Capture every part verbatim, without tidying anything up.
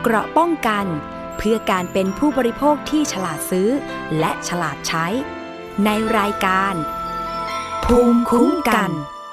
เกราะป้องกันเพื่อการเป็นผู้บริโภคที่ฉลาดซื้อและฉลาดใช้ในรายการภูมิคุ้มกัน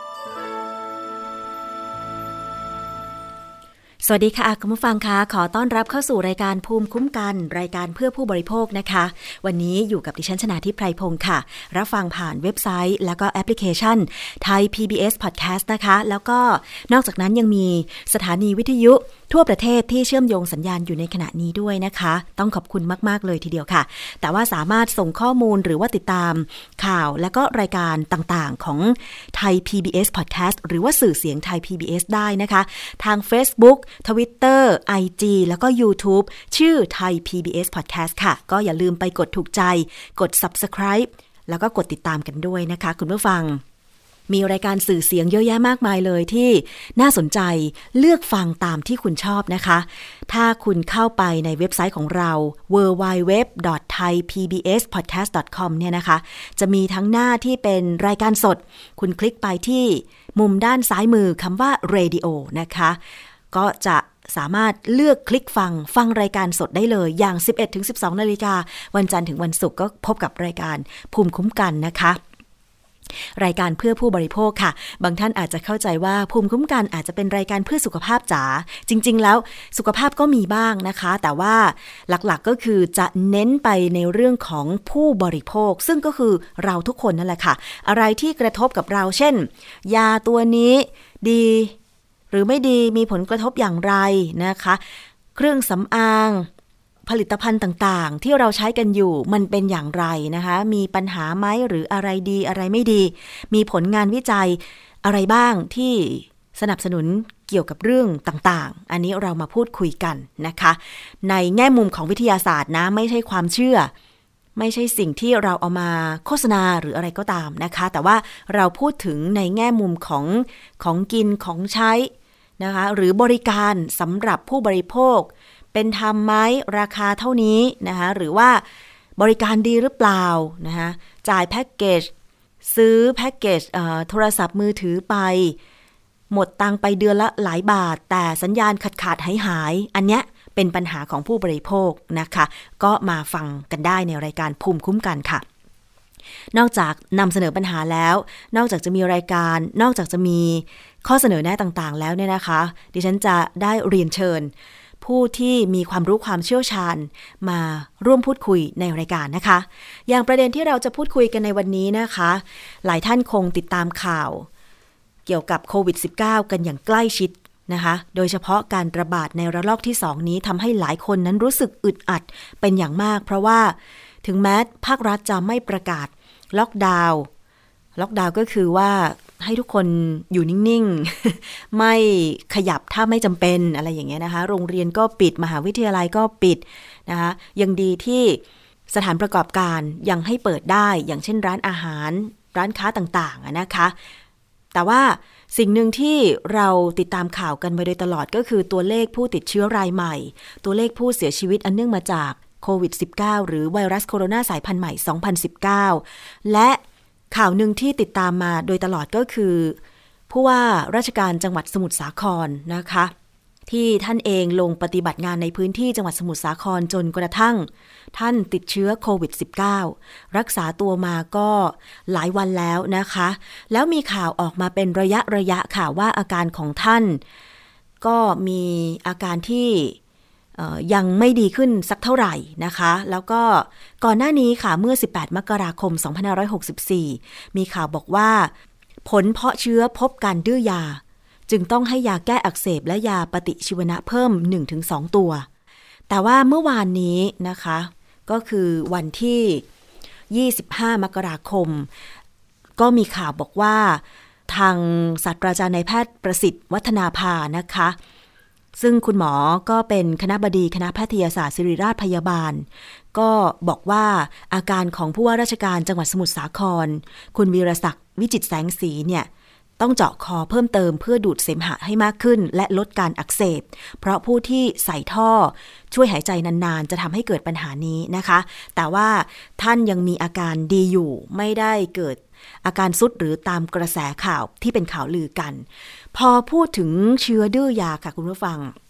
สวัสดีค่ะคุณผู้ฟังคะขอต้อนรับเข้าสู่รายการภูมิคุ้มกันรายการเพื่อผู้บริโภคนะคะวันนี้อยู่กับดิฉันชนาธิปไพพงศ์ค่ะรับฟังผ่านเว็บไซต์แล้วก็แอปพลิเคชัน Thai พี บี เอส Podcast นะคะแล้วก็นอกจากนั้นยังมีสถานีวิทยุทั่วประเทศที่เชื่อมโยงสัญญาณอยู่ในขณะนี้ด้วยนะคะต้องขอบคุณมากๆเลยทีเดียวค่ะแต่ว่าสามารถส่งข้อมูลหรือว่าติดตามข่าวและก็รายการต่างๆของ Thai พี บี เอส Podcast หรือว่าสื่อเสียง Thai พี บี เอส ได้นะคะทาง Facebook Twitter ไอ จี แล้วก็ YouTube ชื่อ Thai พี บี เอส Podcast ค่ะก็อย่าลืมไปกดถูกใจกด Subscribe แล้วก็กดติดตามกันด้วยนะคะคุณผู้ฟังมีรายการสื่อเสียงเยอะแยะมากมายเลยที่น่าสนใจเลือกฟังตามที่คุณชอบนะคะถ้าคุณเข้าไปในเว็บไซต์ของเรา ดับเบิลยู ดับเบิลยู ดับเบิลยู ดอท ไทย พี บี เอส พอดแคสต์ ดอท คอม เนี่ยนะคะจะมีทั้งหน้าที่เป็นรายการสดคุณคลิกไปที่มุมด้านซ้ายมือคำว่า Radio นะคะก็จะสามารถเลือกคลิกฟังฟังรายการสดได้เลยอย่าง สิบเอ็ดถึงสิบสอง นาฬิกาวันจันทร์ถึงวันศุกร์ก็พบกับรายการภูมิคุ้มกันนะคะรายการเพื่อผู้บริโภคค่ะบางท่านอาจจะเข้าใจว่าภูมิคุ้มกันอาจจะเป็นรายการเพื่อสุขภาพจ๋าจริงๆแล้วสุขภาพก็มีบ้างนะคะแต่ว่าหลักๆก็คือจะเน้นไปในเรื่องของผู้บริโภคซึ่งก็คือเราทุกคนนั่นแหละค่ะอะไรที่กระทบกับเราเช่นยาตัวนี้ดีหรือไม่ดีมีผลกระทบอย่างไรนะคะเครื่องสำอางผลิตภัณฑ์ต่างๆที่เราใช้กันอยู่มันเป็นอย่างไรนะคะมีปัญหาไหมหรืออะไรดีอะไรไม่ดีมีผลงานวิจัยอะไรบ้างที่สนับสนุนเกี่ยวกับเรื่องต่างๆอันนี้เรามาพูดคุยกันนะคะในแง่มุมของวิทยาศาสตร์นะไม่ใช่ความเชื่อไม่ใช่สิ่งที่เราเอามาโฆษณาหรืออะไรก็ตามนะคะแต่ว่าเราพูดถึงในแง่มุมของของกินของใช้นะคะหรือบริการสำหรับผู้บริโภคเป็นธรรมไหมราคาเท่านี้นะคะหรือว่าบริการดีหรือเปล่านะคะจ่ายแพ็กเกจซื้อแพ็กเกจโทรศัพท์มือถือไปหมดตังไปเดือนละหลายบาทแต่สัญญาณขาดขาดหายหายอันเนี้ยเป็นปัญหาของผู้บริโภคนะคะก็มาฟังกันได้ในรายการภูมิคุ้มกันค่ะนอกจากนำเสนอปัญหาแล้วนอกจากจะมีรายการนอกจากจะมีข้อเสนอแนะต่างๆแล้วเนี่ยนะคะดิฉันจะได้เรียนเชิญผู้ที่มีความรู้ความเชี่ยวชาญมาร่วมพูดคุยในรายการนะคะอย่างประเด็นที่เราจะพูดคุยกันในวันนี้นะคะหลายท่านคงติดตามข่าวเกี่ยวกับโควิด สิบเก้า กันอย่างใกล้ชิดนะคะโดยเฉพาะการระบาดในระลอกที่สองนี้ทำให้หลายคนนั้นรู้สึกอึดอัดเป็นอย่างมากเพราะว่าถึงแม้ภาครัฐจะไม่ประกาศล็อกดาวน์ล็อกดาวน์ก็คือว่าให้ทุกคนอยู่นิ่งๆไม่ขยับถ้าไม่จำเป็นอะไรอย่างเงี้ยนะคะโรงเรียนก็ปิดมหาวิทยาลัยก็ปิดนะคะยังดีที่สถานประกอบการยังให้เปิดได้อย่างเช่นร้านอาหารร้านค้าต่างๆนะคะแต่ว่าสิ่งหนึ่งที่เราติดตามข่าวกันมาโดยตลอดก็คือตัวเลขผู้ติดเชื้อรายใหม่ตัวเลขผู้เสียชีวิตอันเนื่องมาจากโควิด สิบเก้า หรือไวรัสโคโรนาสายพันธุ์ใหม่สองพันสิบเก้าและข่าวหนึ่งที่ติดตามมาโดยตลอดก็คือผู้ว่าราชการจังหวัดสมุทรสาครนะคะที่ท่านเองลงปฏิบัติงานในพื้นที่จังหวัดสมุทรสาครจนกระทั่งท่านติดเชื้อโควิด สิบเก้า รักษาตัวมาก็หลายวันแล้วนะคะแล้วมีข่าวออกมาเป็นระยะระยะค่ะว่าอาการของท่านก็มีอาการที่ยังไม่ดีขึ้นสักเท่าไหร่นะคะแล้วก็ก่อนหน้านี้ค่ะเมื่อสิบแปดมกราคมสองพันห้าร้อยหกสิบสี่มีข่าวบอกว่าผลเพาะเชื้อพบการดื้อยาจึงต้องให้ยาแก้อักเสบและยาปฏิชีวนะเพิ่ม หนึ่งถึงสอง ตัวแต่ว่าเมื่อวานนี้นะคะก็คือวันที่ยี่สิบห้ามกราคมก็มีข่าวบอกว่าทางศาสตราจารย์นายแพทย์ประสิทธิ์วัฒนาภานะคะซึ่งคุณหมอก็เป็นคณบดีคณะแพทยศาสตร์ศิริราชพยาบาลก็บอกว่าอาการของผู้ว่าราชการจังหวัดสมุทรสาครคุณวีรศักดิ์วิจิตรแสงสีเนี่ยต้องเจาะคอเพิ่มเติมเพื่อดูดเสมหะให้มากขึ้นและลดการอักเสบเพราะผู้ที่ใส่ท่อช่วยหายใจนานๆจะทำให้เกิดปัญหานี้นะคะแต่ว่าท่านยังมีอาการดีอยู่ไม่ได้เกิดอาการทรุดหรือตามกระแสข่าวที่เป็นข่าวลือกันพอพูดถึงเชื้อดื้อยาค่ะคุณผู้ฟัง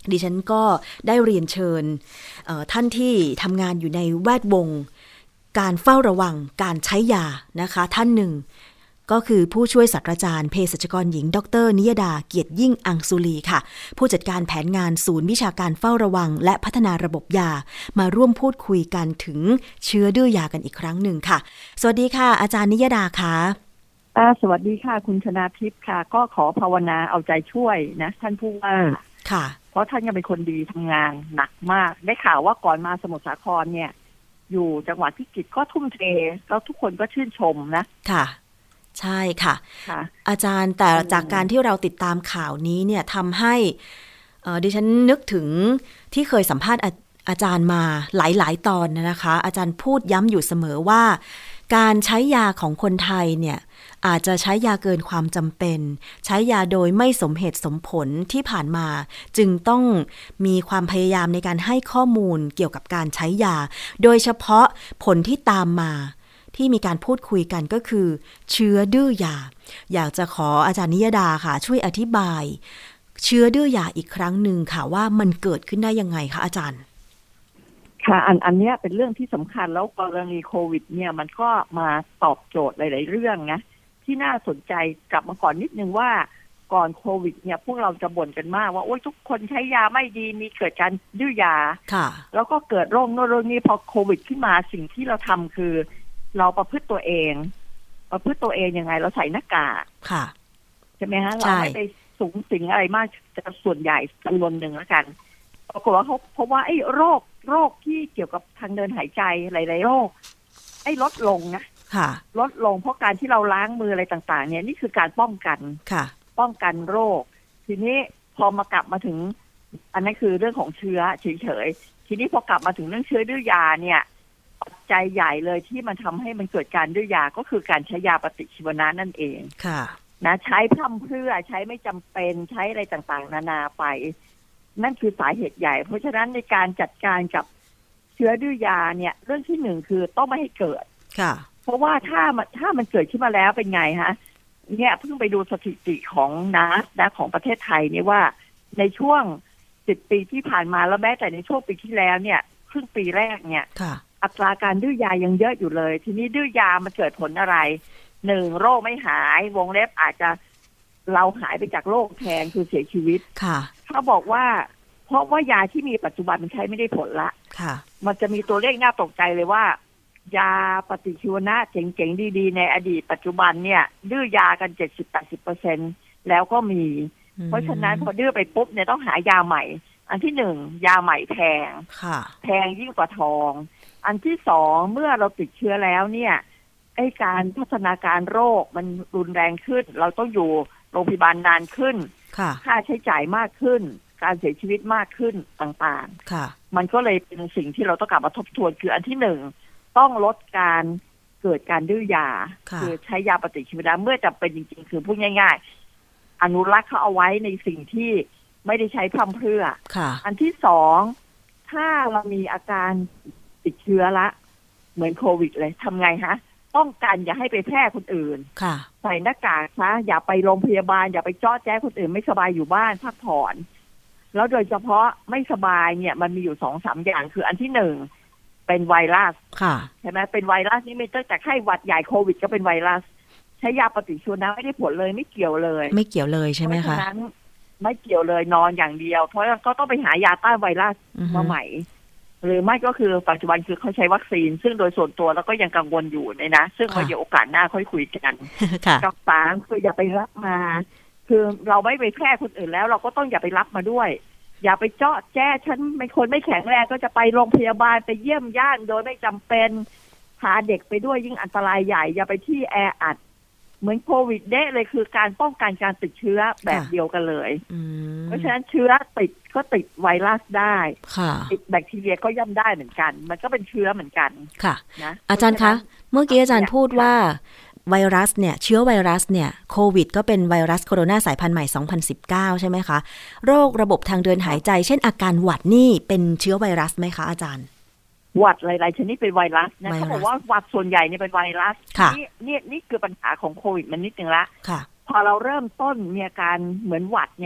ดิฉันก็ได้เรียนเชิญท่านที่ทำงานอยู่ในแวดวงการเฝ้าระวังการใช้ยานะคะท่านหนึ่งก็คือผู้ช่วยศาสตราจารย์เภสัชกรหญิงดรนิยดาเกียรติยิ่งอังสุลีค่ะผู้จัดการแผนงานศูนย์วิชาการเฝ้าระวังและพัฒนาระบบยามาร่วมพูดคุยกันถึงเชื้อดื้อยากันอีกครั้งหนึ่งค่ะสวัสดีค่ะอาจารย์นิยดาค่ะสวัสดีค่ะคุณชนาทิพย์ค่ะก็ขอภาวนาเอาใจช่วยนะท่านผู้ว่าค่ะเพราะท่านยังเป็นคนดีทำงานหนักมากได้ข่าวว่าก่อนมาสมุทรสาครเนี่ยอยู่จังหวัดพิจิตรก็ทุ่มเทแล้วทุกคนก็ชื่นชมนะค่ะใช่ค่ะอาจารย์แต่จากการที่เราติดตามข่าวนี้เนี่ยทำให้ดิฉันนึกถึงที่เคยสัมภาษณ์อา, อาจารย์มาหลายๆตอนนะคะอาจารย์พูดย้ำอยู่เสมอว่าการใช้ยาของคนไทยเนี่ยอาจจะใช้ยาเกินความจำเป็นใช้ยาโดยไม่สมเหตุสมผลที่ผ่านมาจึงต้องมีความพยายามในการให้ข้อมูลเกี่ยวกับการใช้ยาโดยเฉพาะผลที่ตามมาที่มีการพูดคุยกันก็คือเชื้อดื้อยาอยากจะขออาจารย์นิยดาค่ะช่วยอธิบายเชื้อดื้อยาอีกครั้งหนึ่งค่ะว่ามันเกิดขึ้นได้ยังไงคะอาจารย์ค่ะอันอันนี้เป็นเรื่องที่สำคัญแล้วกรณีโควิดเนี่ยมันก็มาตอบโจทย์หลายๆเรื่องนะที่น่าสนใจกลับมาก่อนนิดนึงว่าก่อนโควิดเนี่ยพวกเราจะบ่นกันมากว่าโอ๊ยทุกคนใช้ยาไม่ดีมีเกิดการดื้อยาแล้วก็เกิดโรคโน่นโรคนี้พอโควิดขึ้นมาสิ่งที่เราทำคือเราประพฤติตัวเองประพฤติตัวเองยังไงเราใส่หน้ากากค่ะใช่ไหมฮะเราไม่ไปสูงสิงอะไรมากแต่ส่วนใหญ่จำนวนหนึ่งแล้วกันปรากฏว่าเขาเพราะว่าไอ้โรคโรคที่เกี่ยวกับทางเดินหายใจหลายๆโรคไอ้ลดลงนะลดลงเพราะการที่เราล้างมืออะไรต่างๆเนี่ยนี่คือการป้องกันป้องกันโรคทีนี้พอมากลับมาถึงอันนั้นคือเรื่องของเชื้อเฉยๆทีนี้พอกลับมาถึงเรื่องเชื้อดื้อยาเนี่ยปัจจัยใหญ่เลยที่มันทำให้มันเกิดการดื้อยาก็คือการใช้ยาปฏิชีวนะนั่นเองนะใช้พร่ำเพรื่อใช้ไม่จำเป็นใช้อะไรต่างๆนานาไปนั่นคือสาเหตุใหญ่เพราะฉะนั้นในการจัดการกับเชื้อดื้อยาเนี่ยเรื่องที่หนึ่งคือต้องไม่ให้เกิดเพราะว่าถ้ามันถ้ามันเกิดขึ้นมาแล้วเป็นไงฮะเนี่ยเพิ่งไปดูสถิติของนัสนะของประเทศไทยเนี่ยว่าในช่วงสิบปีที่ผ่านมาแล้วแม้แต่ในช่วงปีที่แล้วเนี่ยครึ่งปีแรกเนี่ยอัตราการดื้อยายังเยอะอยู่เลยทีนี้ดื้อยามันเกิดผลอะไรหนึ่งโรคไม่หายวงเล็บอาจจะเราหายไปจากโรคแทนคือเสียชีวิตค่ะเขาบอกว่าเพราะว่ายาที่มีปัจจุบันมันใช้ไม่ได้ผลละค่ะมันจะมีตัวเลขน่าตกใจเลยว่ายาปฏิชีวนะเจ๋งๆดีๆในอดีตปัจจุบันเนี่ยดื้อยากัน เจ็ดสิบถึงแปดสิบเปอร์เซ็นต์ แล้วก็มีเพราะฉะนั้นพอดื้อไปปุ๊บเนี่ยต้องหายาใหม่อันที่หนึ่งยาใหม่แพงแพงยิ่งกว่าทองอันที่สองเมื่อเราติดเชื้อแล้วเนี่ยไอ้การพัฒนาการโรคมันรุนแรงขึ้นเราต้องอยู่โรงพยาบาลนานขึ้นค่าใช้จ่ายมากขึ้นการเสียชีวิตมากขึ้นต่างๆมันก็เลยเป็นสิ่งที่เราต้องกลับมาทบทวนคืออันที่หนึ่งต้องลดการเกิดการดื้อยาคือใช้ยาปฏิชีวนะเมื่อจำเป็นจริงๆคือพูดง่ายๆอนุรักษ์เขาเอาไว้ในสิ่งที่ไม่ได้ใช้พร่ำเพรื่ออันที่สองถ้าเรามีอาการติดเชื้อละเหมือนโควิดเลยทำไงฮะป้องกันอย่าให้ไปแพร่คนอื่นใส่หน้ากากซะอย่าไปโรงพยาบาลอย่าไปจ้อแจ้คนอื่นไม่สบายอยู่บ้านพักผ่อนแล้วโดยเฉพาะไม่สบายเนี่ยมันมีอยู่สองสามอย่างคืออันที่หนึ่งเป็นไวรัสใช่ไหมเป็นไวรัสนี่ไม่ตั้งแต่ไข้หวัดใหญ่โควิดก็เป็นไวรัสใช้ยาปฏิชีวนะไม่ได้ผลเลยไม่เกี่ยวเลยไม่เกี่ยวเลยใช่ไหมคะเพราะฉะนั้นไม่เกี่ยวเลยนอนอย่างเดียวเพราะก็ต้องไปหายาต้านไวรัสมาใหม่หรือไม่ก็คือปัจจุบันคือเขาใช้วัคซีนซึ่งโดยส่วนตัวแล้วก็ยังกังวลอยู่เลยนะซึ่งไว้เดี๋ยวโอกาสหน้าค่อยคุยกันกับสามคืออย่าไปรับมาคือเราไม่ไปแพร่คนอื่นแล้วเราก็ต้องอย่าไปรับมาด้วยอย่าไปเจาะแจ้ฉันเป็นคนไม่แข็งแรงก็จะไปโรงพยาบาลไปเยี่ยมญาติโดยไม่จำเป็นพาเด็กไปด้วยยิ่งอันตรายใหญ่อย่าไปที่แออัดเหมือนโควิดเด้เลยคือการป้องกันการติดเชื้อแบบเดียวกันเลยเพราะฉะนั้นเชื้อติดก็ติดไวรัสได้ติดแบคทีเรียก็ย่อมได้เหมือนกันมันก็เป็นเชื้อเหมือนกันค่ะนะอาจารย์คะเมื่อกี้อาจารย์พูดว่าไวรัสเนี่ยเชื้อไวรัสเนี่ยโควิดก็เป็นไวรัสโคโรนาสายพันธุ์ใหม่สองพันสิบเก้าใช่ไหมคะโรคระบบทางเดินหายใจเช่นอาการหวัดนี่เป็นเชื้อไวรัสไหมคะอาจารย์หวัดหลายๆชนิดเป็นไวรัสนะเขาบอกว่าหวัดส่วนใหญ่เนี่ยเป็นไวรัสนี่นี่นี่คือปัญหาของโควิดมันนิดนึงละพอเราเริ่มต้นมีอาการเหมือนหวัดเนี่ย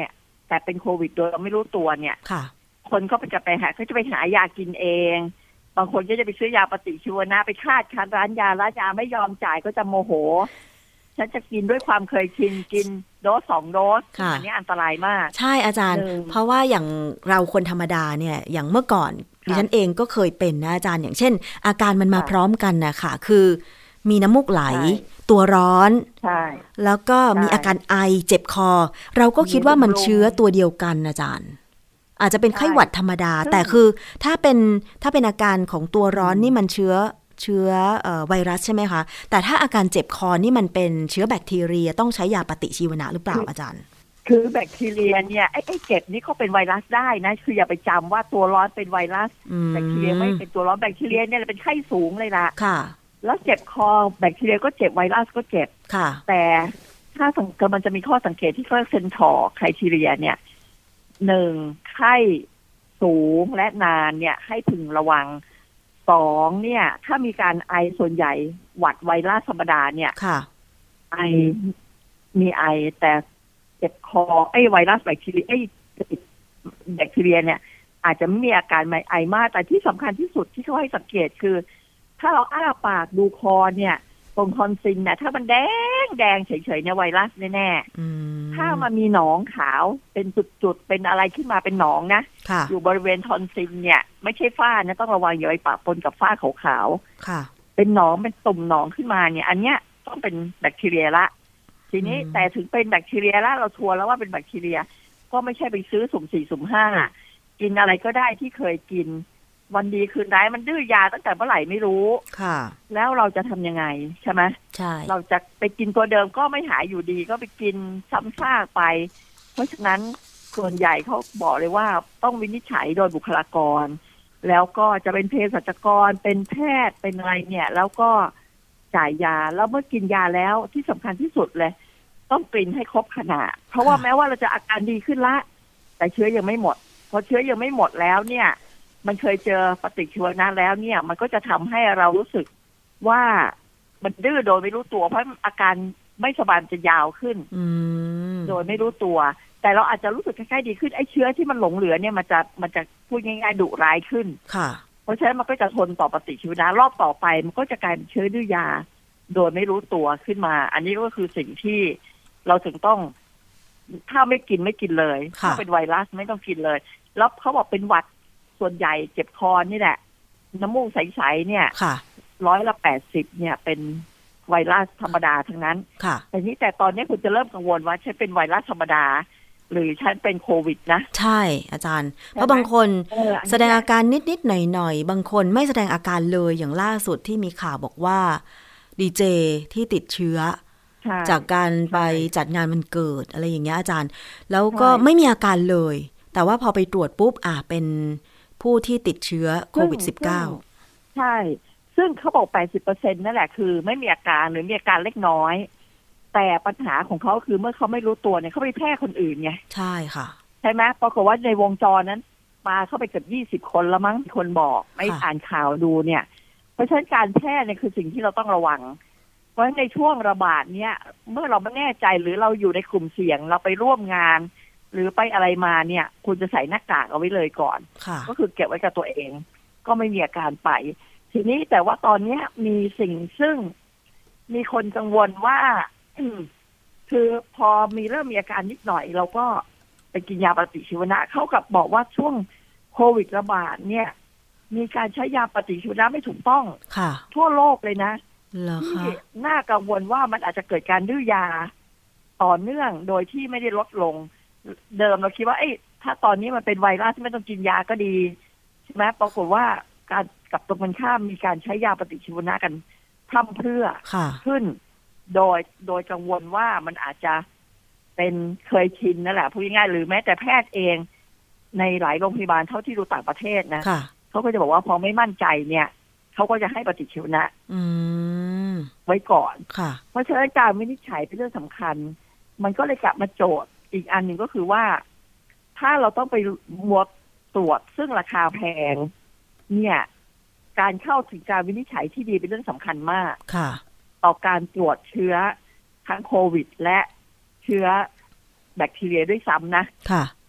แต่เป็นโควิดโดยเราไม่รู้ตัวเนี่ยคนก็จะไปหาเขาจะไปหายากินเองบางคนก็จะไปซื้อยาปฏิชีวนะไปคาดคั้นร้านยาร้านยาไม่ยอมจ่ายก็จะโมโหฉันจะกินด้วยความเคยชินกินโดสสองโดสอันนี้อันตรายมากใช่อาจารย์เพราะว่าอย่างเราคนธรรมดาเนี่ยอย่างเมื่อก่อนดิฉันเองก็เคยเป็นนะอาจารย์อย่างเช่นอาการมันมาพร้อมกันนะคะคือมีน้ำมูกไหลตัวร้อนแล้วก็มีอาการไอเจ็บคอเราก็คิดว่ามันเชื้อตัวเดียวกันอาจารย์อาจจะเป็นไข้หวัดธรรมดาแต่คือถ้าเป็นถ้าเป็นอาการของตัวร้อนนี่มันเชื้อเชื้อไวรัสใช่ไหมคะแต่ถ้าอาการเจ็บคอนี่มันเป็นเชื้อแบคทีเรียต้องใช้ยาปฏิชีวนะหรือเปล่าอาจารย์คือแบคทีเรียเนี่ยไอ้ไอ้เจ็บนี่เขาเป็นไวรัสได้นะคืออย่าไปจำว่าตัวร้อนเป็นไวรัสแบคทีเรียไม่เป็นตัวร้อนแบคทีเรียเนี่ยเป็นไข้สูงเลยล่ะค่ะแล้วเจ็บคอแบคทีเรียก็เจ็บไวรัสก็เจ็บค่ะแต่ถ้าสังเกตมันจะมีข้อสังเกตที่เขาเรียกเซนทอร์ไครทีเรียเนี่ยหนึ่งไข้สูงและนานเนี่ยให้พึงระวังสองเนี่ยถ้ามีการไอส่วนใหญ่หวัดไวรัสธรรมดาเนี่ยไอมีไอแต่เจ็บคอไอไวรัสแบคทีเรียไอแบคทีเรียเนี่ยอาจจะไม่มีอาการไอมากแต่ที่สำคัญที่สุดที่เขาให้สังเกตคือถ้าเราอ้าปากดูคอเนี่ยตรงทอนซิลเนี่ยถ้ามันแดงแดงเฉยๆเนี่ยไวรัสแน่ๆถ้ามันมีหนองขาวเป็นจุดๆเป็นอะไรขึ้นมาเป็นหนองนะอยู่บริเวณทอนซิลเนี่ยไม่ใช่ฝ้านะต้องระวังอย่าไปปะปนกับฝ้าขาวๆเป็นหนองเป็นตุ่มหนองขึ้นมาเนี่ยอันเนี้ยต้องเป็นแบคทีเรียละทีนี้แต่ถึงเป็นแบคทีเรียละเราชัวร์แล้วว่าเป็นแบคทีเรียก็ไม่ใช่ไปซื้อสุ่มสี่สุ่มห้ากินอะไรก็ได้ที่เคยกินวันดีคืนร้ายมันดื้อยาตั้งแต่เมื่อไหร่ไม่รู้ค่ะแล้วเราจะทำยังไงใช่ไหมใช่เราจะไปกินตัวเดิมก็ไม่หายอยู่ดีก็ไปกินซ้ำซากไปเพราะฉะนั้นส่วนใหญ่เขาบอกเลยว่าต้องวินิจฉัยโดยบุคลากรแล้วก็จะเป็นเภสัชกรเป็นแพทย์เป็นอะไรเนี่ยแล้วก็จ่ายยาแล้วเมื่อกินยาแล้วที่สำคัญที่สุดเลยต้องกินให้ครบขนาดเพราะว่าแม้ว่าเราจะอาการดีขึ้นละแต่เชื้อยังไม่หมดพอเชื้อยังไม่หมดแล้วเนี่ยมันเคยเจอปฏิชีวนะแล้วเนี่ยมันก็จะทำให้เรารู้สึกว่ามันดื้อโดยไม่รู้ตัวเพราะอาการไม่สบายจะยาวขึ้นโดยไม่รู้ตัวแต่เราอาจจะรู้สึกคล้ายๆดีขึ้นไอ้เชื้อที่มันหลงเหลือเนี่ยมันจะมันจะพูดง่ายๆดุร้ายขึ้นค่ะเพราะฉะนั้นมันก็จะทนต่อปฏิชีวนะรอบต่อไปมันก็จะกลายเป็นเชื้อดื้อยาโดยไม่รู้ตัวขึ้นมาอันนี้ก็คือสิ่งที่เราถึงต้องถ้าไม่กินไม่กินเลยถ้าเป็นไวรัสไม่ต้องกินเลยแล้วเขาบอกเป็นหวัดส่วนใหญ่เจ็บคอนี่แหละน้ำมูกใสๆเนี่ยร้อยละแปดสิบเนี่ยเป็นไวรัสธรรมดาทั้งนั้นแต่นี้แต่ตอนนี้คุณจะเริ่มกังวลว่าฉันเป็นไวรัสธรรมดาหรือฉันเป็นโควิดนะใช่อาจารย์เพราะบางคนแสดงอาการนิดๆหน่อยๆบางคนไม่แสดงอาการเลยอย่างล่าสุดที่มีข่าวบอกว่าดีเจที่ติดเชื้อจากการไปจัดงานวันเกิดอะไรอย่างเงี้ยอาจารย์แล้วก็ไม่มีอาการเลยแต่ว่าพอไปตรวจปุ๊บอ่ะเป็นผู้ที่ติดเชื้อโควิด สิบเก้าใช่ซึ่งเขาบอก แปดสิบเปอร์เซ็นต์ นั่นแหละคือไม่มีอาการหรือมีอาการเล็กน้อยแต่ปัญหาของเขาคือเมื่อเขาไม่รู้ตัวเนี่ยเขาไปแพร่คนอื่นไงใช่ค่ะใช่ไหมปรากฏว่าในวงจรนั้นมาเข้าไปเกือบยี่สิบคนแล้วมั้งคนบอกไม่อ่านข่าวดูเนี่ยเพราะฉะนั้นการแพร่เนี่ยคือสิ่งที่เราต้องระวังเพราะฉะนั้นในช่วงระบาดเนี่ยเมื่อเราไม่แน่ใจหรือเราอยู่ในกลุ่มเสี่ยงเราไปร่วมงานหรือไปอะไรมาเนี่ยคุณจะใส่หน้ากากเอาไว้เลยก่อนก็คือเก็บไว้กับตัวเองก็ไม่มีอาการไปทีนี้แต่ว่าตอนนี้มีสิ่งซึ่งมีคนกังวลว่าคือพอมีเริ่มมีอาการนิดหน่อยเราก็ไปกินยาปฏิชีวนะเขากับบอกว่าช่วงโควิดระบาดเนี่ยมีการใช้ยาปฏิชีวนะไม่ถูกต้องทั่วโลกเลยนะที่น่ากังวลว่ามันอาจจะเกิดการดื้อยาต่อเนื่องโดยที่ไม่ได้ลดลงเดิมเราคิดว่าเอ้ยถ้าตอนนี้มันเป็นไวรัสที่ไม่ต้องกินยาก็ดีใช่ไหมปรากฏว่าการกับตรงกันข้ามมีการใช้ยาปฏิชีวนะกันพร่ำเพรื่อขึ้นโดยโดยกังวลว่ามันอาจจะเป็นเคยชินนั่นแหละพูดง่ายๆหรือแม้แต่แพทย์เองในหลายโรงพยาบาลเท่าที่ดูต่างประเทศนะเขาก็จะบอกว่าพอไม่มั่นใจเนี่ยเขาก็จะให้ปฏิชีวนะไว้ก่อนเพราะฉะนั้นการวินิจฉัยเป็นเรื่องสำคัญมันก็เลยกลับมาโจทย์อีกอันหนึ่งก็คือว่าถ้าเราต้องไปมัวตรวจซึ่งราคาแพงเนี่ยการเข้าถึงการวินิจฉัยที่ดีเป็นเรื่องสำคัญมากต่อการตรวจเชื้อทั้งโควิดและเชื้อแบคทีเรียด้วยซ้ำนะเพ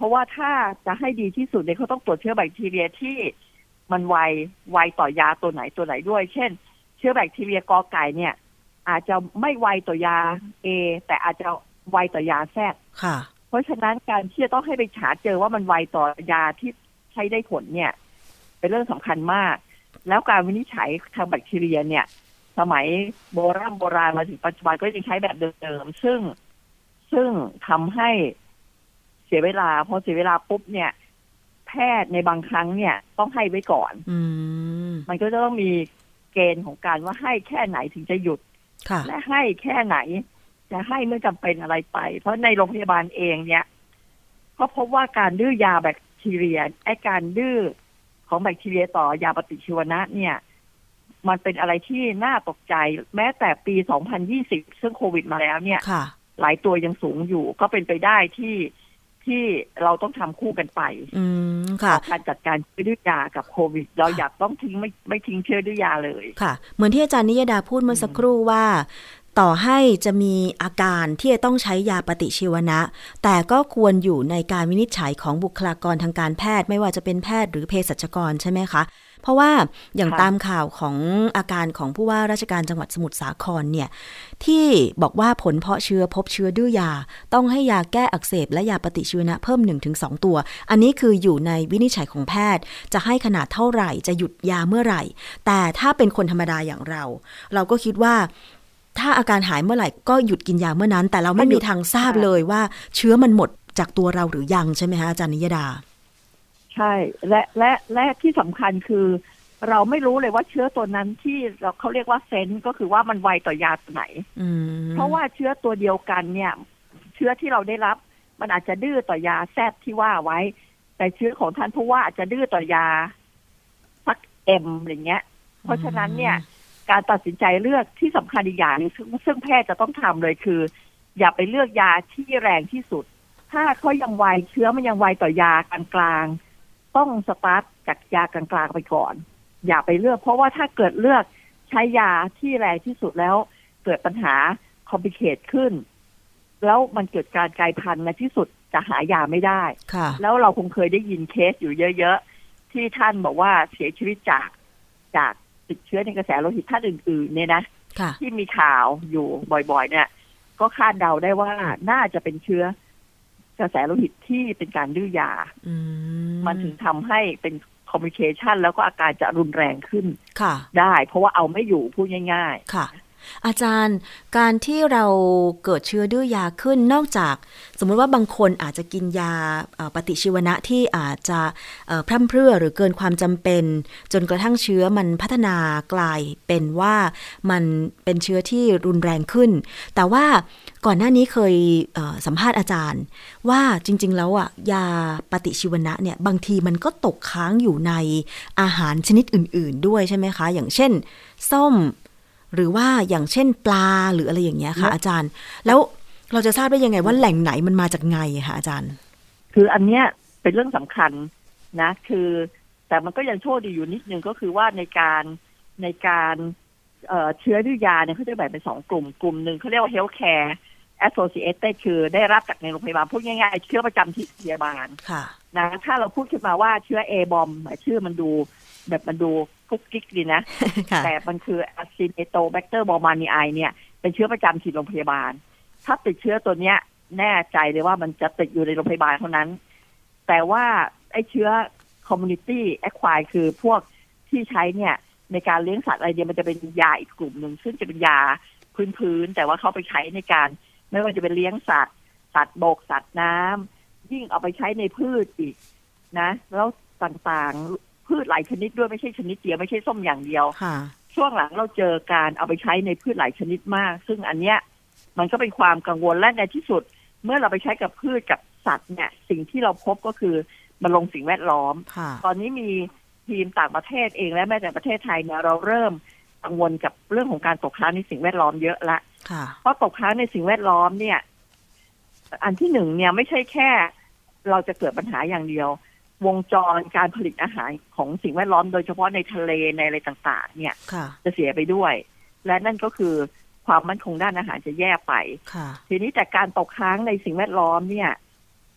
ราะว่าถ้าจะให้ดีที่สุดเนี่ยเขาต้องตรวจเชื้อแบคทีเรียที่มันไวไวต่อยาตัวไหนตัวไหนด้วยเช่นเชื้อแบคทีเรียกอไก่เนี่ยอาจจะไม่ไวต่อยา A แต่อาจจะไวต่อยา Z ค่ะเพราะฉะนั้นการที่จะต้องให้ไปหาเจอว่ามันไวต่อยาที่ใช้ได้ผลเนี่ยเป็นเรื่องสำคัญมากแล้วการวินิจฉัยทางแบคทีเรียเนี่ยสมัยโบราณโบราณมาถึงปัจจุบันก็ยังใช้แบบเดิมๆซึ่งซึ่งทำให้เสียเวลาพอเสียเวลาปุ๊บเนี่ยแพทย์ในบางครั้งเนี่ยต้องให้ไว้ก่อนอืมมันก็จะต้องมีเกณฑ์ของการว่าให้แค่ไหนถึงจะหยุดและให้แค่ไหนจะให้เมื่อจำเป็นอะไรไปเพราะในโรงพยาบาลเองเนี่ยก็พบว่าการดื้อยาแบคทีเรียไอ้การดื้อของแบคทีเรียต่อยาปฏิชีวนะเนี่ยมันเป็นอะไรที่น่าตกใจแม้แต่ปีสองพันยี่สิบซึ่งโควิดมาแล้วเนี่ยหลายตัวยังสูงอยู่ก็เป็นไปได้ที่ที่เราต้องทำคู่กันไปการจัดการเชื้อดื้อยากับโควิดเราอยากต้องทิ้งไม่ไม่ทิ้งเชื้อดื้อยาเลยค่ะเหมือนที่อาจารย์นิยดาพูดเมื่อสักครู่ว่าต่อให้จะมีอาการที่จะต้องใช้ยาปฏิชีวนะแต่ก็ควรอยู่ในการวินิจฉัยของบุคลากรทางการแพทย์ไม่ว่าจะเป็นแพทย์หรือเภสัชกรใช่ไหมคะเพราะว่าอย่างตามข่าวของอาการของผู้ว่าราชการจังหวัดสมุทรสาครเนี่ยที่บอกว่าผลเพาะเชื้อพบเชื้อดื้อยาต้องให้ยาแก้อักเสบและยาปฏิชีวนะเพิ่ม หนึ่งถึงสอง ตัวอันนี้คืออยู่ในวินิจฉัยของแพทย์จะให้ขนาดเท่าไหร่จะหยุดยาเมื่อไหร่แต่ถ้าเป็นคนธรรมดาอย่างเราเราก็คิดว่าถ้าอาการหายเมื่อไหร่ก็หยุดกินยาเมื่อนั้นแต่เราไม่มีทางทราบเลยว่าเชื้อมันหมดจากตัวเราหรือยังใช่ไหมคะอาจารย์นิยดาใช่และและและที่สำคัญคือเราไม่รู้เลยว่าเชื้อตัวนั้นที่เราเขาเรียกว่าเซนส์ก็คือว่ามันไวต่อยาตัวไหนเพราะว่าเชื้อตัวเดียวกันเนี่ยเชื้อที่เราได้รับมันอาจจะดื้อต่อยาแซดที่ว่าไว้แต่เชื้อของท่านผู้ว่าอาจจะดื้อต่อยาสักเอ็มอะไรเงี้ยเพราะฉะนั้นเนี่ยการตัดสินใจเลือกที่สำคัญอีกอย่างนึงซึ่งแพทย์จะต้องทำเลยคืออย่าไปเลือกยาที่แรงที่สุดถ้าเขายังไวเชื้อมันยังไวต่อยากลางๆต้องสตาร์ทจากยากลางๆไปก่อนอย่าไปเลือกเพราะว่าถ้าเกิดเลือกใช้ยาที่แรงที่สุดแล้วเกิดปัญหาคอมพลิเคทขึ้นแล้วมันเกิดการกลายพันธุ์ในที่สุดจะหายาไม่ได้แล้วเราคงเคยได้ยินเคสอยู่เยอะๆที่ท่านบอกว่าเสียชีวิตจากจากติดเชื้อในกระแสโลหิตท่านอื่นๆเนี่ยนะที่มีข่าวอยู่บ่อยๆเนี่ยก็คาดเดาได้ว่าน่าจะเป็นเชื้อกระแสโลหิตที่เป็นการดื้อยา ม, มันถึงทำให้เป็นคอมพลิเคชันแล้วก็อาการจะรุนแรงขึ้นได้เพราะว่าเอาไม่อยู่พูดง่ายๆค่ะอาจารย์การที่เราเกิดเชื้อดื้อยาขึ้นนอกจากสมมติว่าบางคนอาจจะกินยาปฏิชีวนะที่อาจจะพร่ำเพรื่อหรือเกินความจำเป็นจนกระทั่งเชื้อมันพัฒนากลายเป็นว่ามันเป็นเชื้อที่รุนแรงขึ้นแต่ว่าก่อนหน้านี้เคยสัมภาษณ์อาจารย์ว่าจริงๆแล้วอ่ะยาปฏิชีวนะเนี่ยบางทีมันก็ตกค้างอยู่ในอาหารชนิดอื่นๆด้วยใช่ไหมคะอย่างเช่นส้มหรือว่าอย่างเช่นปลาหรืออะไรอย่างเงี้ยค่ะอาจารย์แล้วเราจะทราบได้ยังไงว่าแหล่งไหนมันมาจากไงคะอาจารย์คืออันเนี้ยเป็นเรื่องสำคัญนะคือแต่มันก็ยังโชคดีอยู่นิดนึงก็คือว่าในการในการเอ่อเชื้อดื้อยาเนี่ยเขาจะแบ่งเป็นสองกลุ่มกลุ่มหนึ่งเขาเรียกว่า healthcare associated คือได้รับจากในโรงพยาบาลพูดง่ายๆเชื้อประจำที่โรงพยาบาลนะถ้าเราพูดขึ้นมาว่าเชื้อ A บอมชื่อมันดูแบบมันดูกุ๊กกิ๊กดีนะ แต่มันคือ Acinetobacter baumannii เนี่ยเป็นเชื้อประจำที่โรงพยาบาลถ้าติดเชื้อตัวเนี้ยแน่ใจเลยว่ามันจะติดอยู่ในโรงพยาบาลเท่านั้นแต่ว่าไอ้เชื้อ community acquired คือพวกที่ใช้เนี่ยในการเลี้ยงสัตว์อะไรเนี่ยมันจะเป็นยาอีกกลุ่มหนึ่งซึ่งจะเป็นยาพื้นๆแต่ว่าเขาไปใช้ในการไม่ว่าจะเป็นเลี้ยงสัตว์สัตว์บกสัตว์น้ำยิ่งเอาไปใช้ในพืชอีกนะแล้วต่างๆพืชหลายชนิดด้วยไม่ใช่ชนิดเดียวไม่ใช่ส้มอย่างเดียวช่วงหลังเราเจอการเอาไปใช้ในพืชหลายชนิดมากซึ่งอันเนี้ยมันก็เป็นความกังวลและในที่สุดเมื่อเราไปใช้กับพืชกับสัตว์เนี่ยสิ่งที่เราพบก็คือมันลงสิ่งแวดล้อมตอนนี้มีทีมต่างประเทศเองและแม้แต่ประเทศไทยเนี่ยเราเริ่มกังวลกับเรื่องของการตกค้างในสิ่งแวดล้อมเยอะละเพราะตกค้างในสิ่งแวดล้อมเนี่ยอันที่หนึ่งเนี่ยไม่ใช่แค่เราจะเกิดปัญหาอย่างเดียววงจรการผลิตอาหารของสิ่งแวดล้อมโดยเฉพาะในทะเลในอะไรต่างๆเนี่ยจะเสียไปด้วยและนั่นก็คือความมั่นคงด้านอาหารจะแย่ไปทีนี้แต่การตกค้างในสิ่งแวดล้อมเนี่ย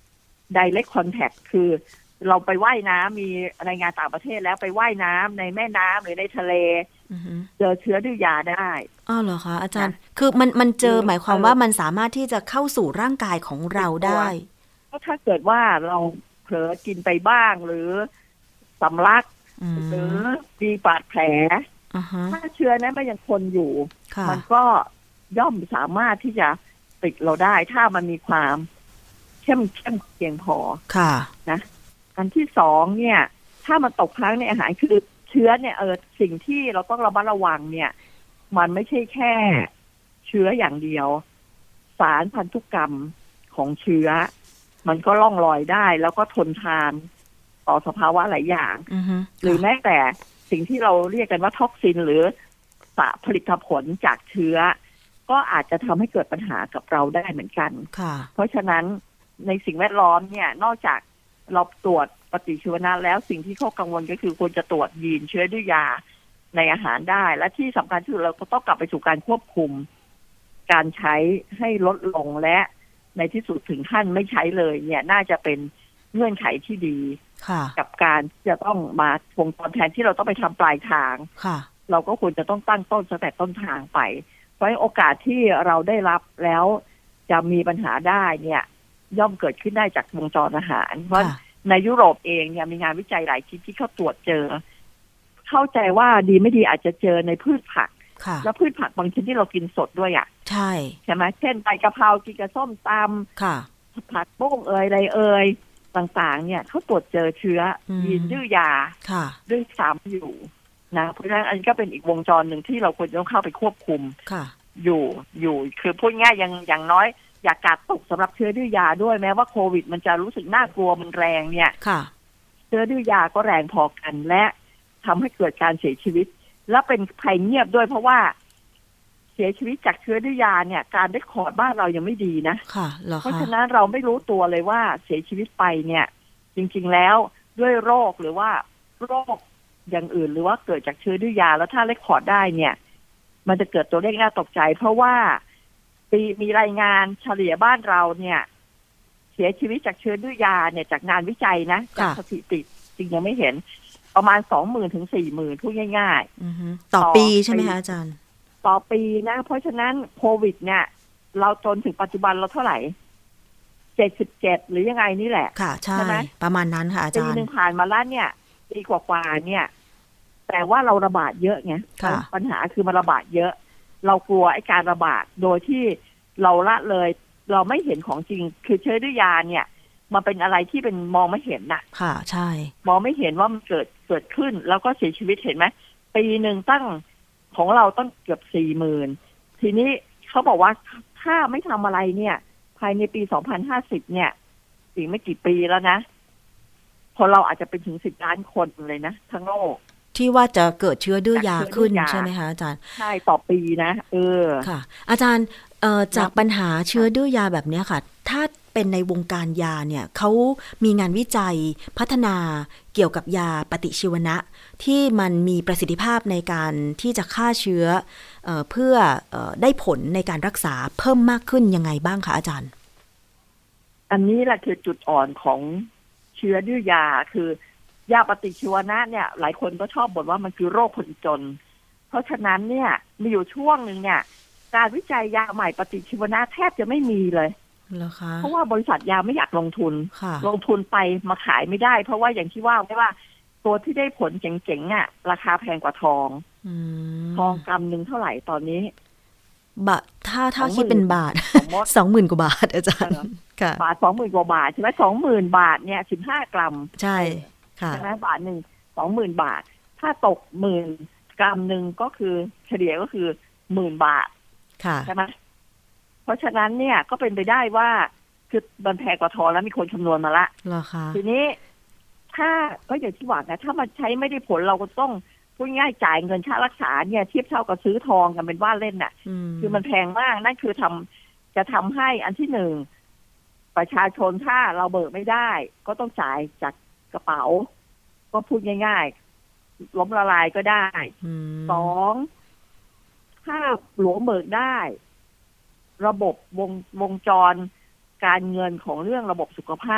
direct contact คือเราไปว่ายน้ำมีรายงานต่างประเทศแล้วไปว่ายน้ำในแม่น้ำหรือในทะเลเจอเชื้อดื้อยาได้อ้าวเหรอคะอาจารย์คือมันมันเจอหมายความว่ามันสามารถที่จะเข้าสู่ร่างกายของเราได้ก็ถ้าเกิดว่าเราเผลอกินไปบ้างหรือสำลักหรือมีบาดแผลถ้าเชื้อนั้นมันยังทนอยู่มันก็ย่อมสามารถที่จะติดเราได้ถ้ามันมีความเข้มเข้มเพียงพอค่ะนะอันที่สองเนี่ยถ้ามันตกค้างในอาหารคือเชื้อเนี่ยเออสิ่งที่เราต้องระมัดระวังเนี่ยมันไม่ใช่แค่เชื้ออย่างเดียวสารพันธุกรรมของเชื้อมันก็ล่องลอยได้แล้วก็ทนทานต่อสภาวะหลายอย่างหรือแม้แต่สิ่งที่เราเรียกกันว่าท็อกซินหรือสารผลิตผลจากเชื้อก็อาจจะทำให้เกิดปัญหากับเราได้เหมือนกันเพราะฉะนั้นในสิ่งแวดล้อมเนี่ยนอกจากเราตรวจปฏิชีวนะแล้วสิ่งที่เขากังวลก็คือควรจะตรวจยีนเชื้อดื้อยาในอาหารได้และที่สำคัญคือเราก็ต้องกลับไปสู่การควบคุมการใช้ให้ลดลงและในที่สุดถึงขั้นไม่ใช้เลยเนี่ยน่าจะเป็นเงื่อนไขที่ดีกับการจะต้องมาทวงตอนแทนที่เราต้องไปทำปลายทางเราก็ควรจะต้องตั้งต้นตั้งแต่ต้นทางไปเพราะโอกาสที่เราได้รับแล้วจะมีปัญหาได้เนี่ยย่อมเกิดขึ้นได้จากวงจรอาหารเพราะในยุโรปเองเนี่ยมีงานวิจัยหลายชิ้นที่เขาตรวจเจอเข้าใจว่าดีไม่ดีอาจจะเจอในพืชผักแล้วพืชผักบางชนิดที่เรากินสดด้วยอ่ะใช่ใช่ไหมเช่นใบกะเพรากินกับส้มตำผัดบุ้งเอยอะไรเอยต่างๆเนี่ยเขาตรวจเจอเชื้อยีนดื้อยาด้วยซ้ำอยู่นะเพราะฉะนั้นอันนี้ก็เป็นอีกวงจรหนึ่งที่เราควรจะต้องเข้าไปควบคุมอยู่อยู่คือพูดง่ายอย่างอย่างน้อยอย่ากาดตกสำหรับเชื้อดื้อยาด้วยแม้ว่าโควิดมันจะรู้สึกน่ากลัวมันแรงเนี่ยเชื้อดื้อยาก็แรงพอกันและทำให้เกิดการเสียชีวิตและเป็นภัยเงียบด้วยเพราะว่าเสียชีวิตจากเชื้อดื้อยาเนี่ยการได้คอร์ดบ้านเรายังไม่ดีนะเพราะฉะนั้นเราไม่รู้ตัวเลยว่าเสียชีวิตไปเนี่ยจริงๆแล้วด้วยโรคหรือว่าโรคอย่างอื่นหรือว่าเกิดจากเชื้อดื้อยาแล้วถ้าได้คอร์ดได้เนี่ยมันจะเกิดตัวเลขน่าตกใจเพราะว่ามีมีรายงานเฉลี่ยบ้านเราเนี่ยเสียชีวิตจากเชื้อดื้อยาเนี่ยจากงานวิจัยนะจากสถิติจริงยังไม่เห็นประมาณสองหมื่นถึงสี่หมื่นพูดง่ายๆต่อปีใช่ไหมคะอาจารย์ต่อปีนะเพราะฉะนั้นโควิดเนี่ยเราจนถึงปัจจุบันเราเท่าไหร่เจ็ดสิบเจ็ดหรือยังไงนี่แหละค่ะใช่ประมาณนั้นค่ะอาจารย์ปีหนึ่งผ่านมาแล้วเนี่ยปีกว่าๆเนี่ยแต่ว่าเราระบาดเยอะไงปัญหาคือมันระบาดเยอะเรากลัวไอ้การระบาดโดยที่เราละเลยเราไม่เห็นของจริงคือเชื้อดื้อยาเนี่ยมันเป็นอะไรที่เป็นมองไม่เห็นน่ะค่ะใช่มองไม่เห็นว่ามันเกิดเกิดขึ้นแล้วก็เสียชีวิตเห็นไหมปีหนึ่งตั้งของเราต้องเกือบสี่หมื่นทีนี้เขาบอกว่าถ้าไม่ทำอะไรเนี่ยภายในปีสองพันห้าสิบเนี่ยอีกไม่กี่ปีแล้วนะพอเราอาจจะเป็นถึงสิบล้านคนเลยนะทั้งโลกที่ว่าจะเกิดเชื้อดื้อยาขึ้นใช่ไหมคะอาจารย์ใช่ต่อปีนะเออค่ะอาจารย์เอ่อจากปัญหาเชื้อดื้อยาแบบนี้ค่ะถ้าเป็นในวงการยาเนี่ยเขามีงานวิจัยพัฒนาเกี่ยวกับยาปฏิชีวนะที่มันมีประสิทธิภาพในการที่จะฆ่าเชื้อเอ่อเพื่อเอ่อได้ผลในการรักษาเพิ่มมากขึ้นยังไงบ้างคะอาจารย์อันนี้แหละคือจุดอ่อนของเชื้อดื้อยาคือยาปฏิชีวนะเนี่ยหลายคนก็ชอบบ่นว่ามันคือโรคคนจนเพราะฉะนั้นเนี่ยมีอยู่ช่วงหนึ่งเนี่ยการวิจัยยาใหม่ปฏิชีวนะแทบจะไม่มีเลยเพราะว่าบริษัทยาไม่อยากลงทุนลงทุนไปมาขายไม่ได้เพราะว่าอย่างที่ว่าไม่ว่าตัวที่ได้ผลเจ๋งๆอ่ะราคาแพงกว่าทองทองกำหนึ่งเท่าไหร่ตอนนี้บาทถ้าถ้าคิดเป็นบาทสองหมื่นกว่าบาทอาจารย์ค่ะบาทสองหมื่นกว่าบาทใช่ไหมสองหมื่นบาทเนี่ยสิบห้ากรัมใช่ใช่ไหมบาทหนึ่งสองหมื่นบาทถ้าตกหมื่นกรัมหนึ่งก็คือเฉลี่ยก็คือหมื่นบาทใช่ไหมเพราะฉะนั้นเนี่ยก็เป็นไปได้ว่าคือมันแพงกว่าทองแล้วมีคนคำนวณมาละทีนี้ถ้าก็อย่างที่ว่านะถ้ามันใช้ไม่ได้ผลเราก็ต้องพูดง่ายจ่ายเงินค่ารักษาเนี่ยเทียบเท่ากับซื้อทองกันเป็นว่าเล่นน่ะคือมันแพงมากนั่นคือทำจะทำให้อันที่หนึ่งประชาชนถ้าเราเบิกไม่ได้ก็ต้องจ่ายจากกระเป๋าก็พูดง่ายๆล้มละลายก็ได้สองถ้าหลวงเบิกได้ระบบวงวงจรการเงินของเรื่องระบบสุขภาพ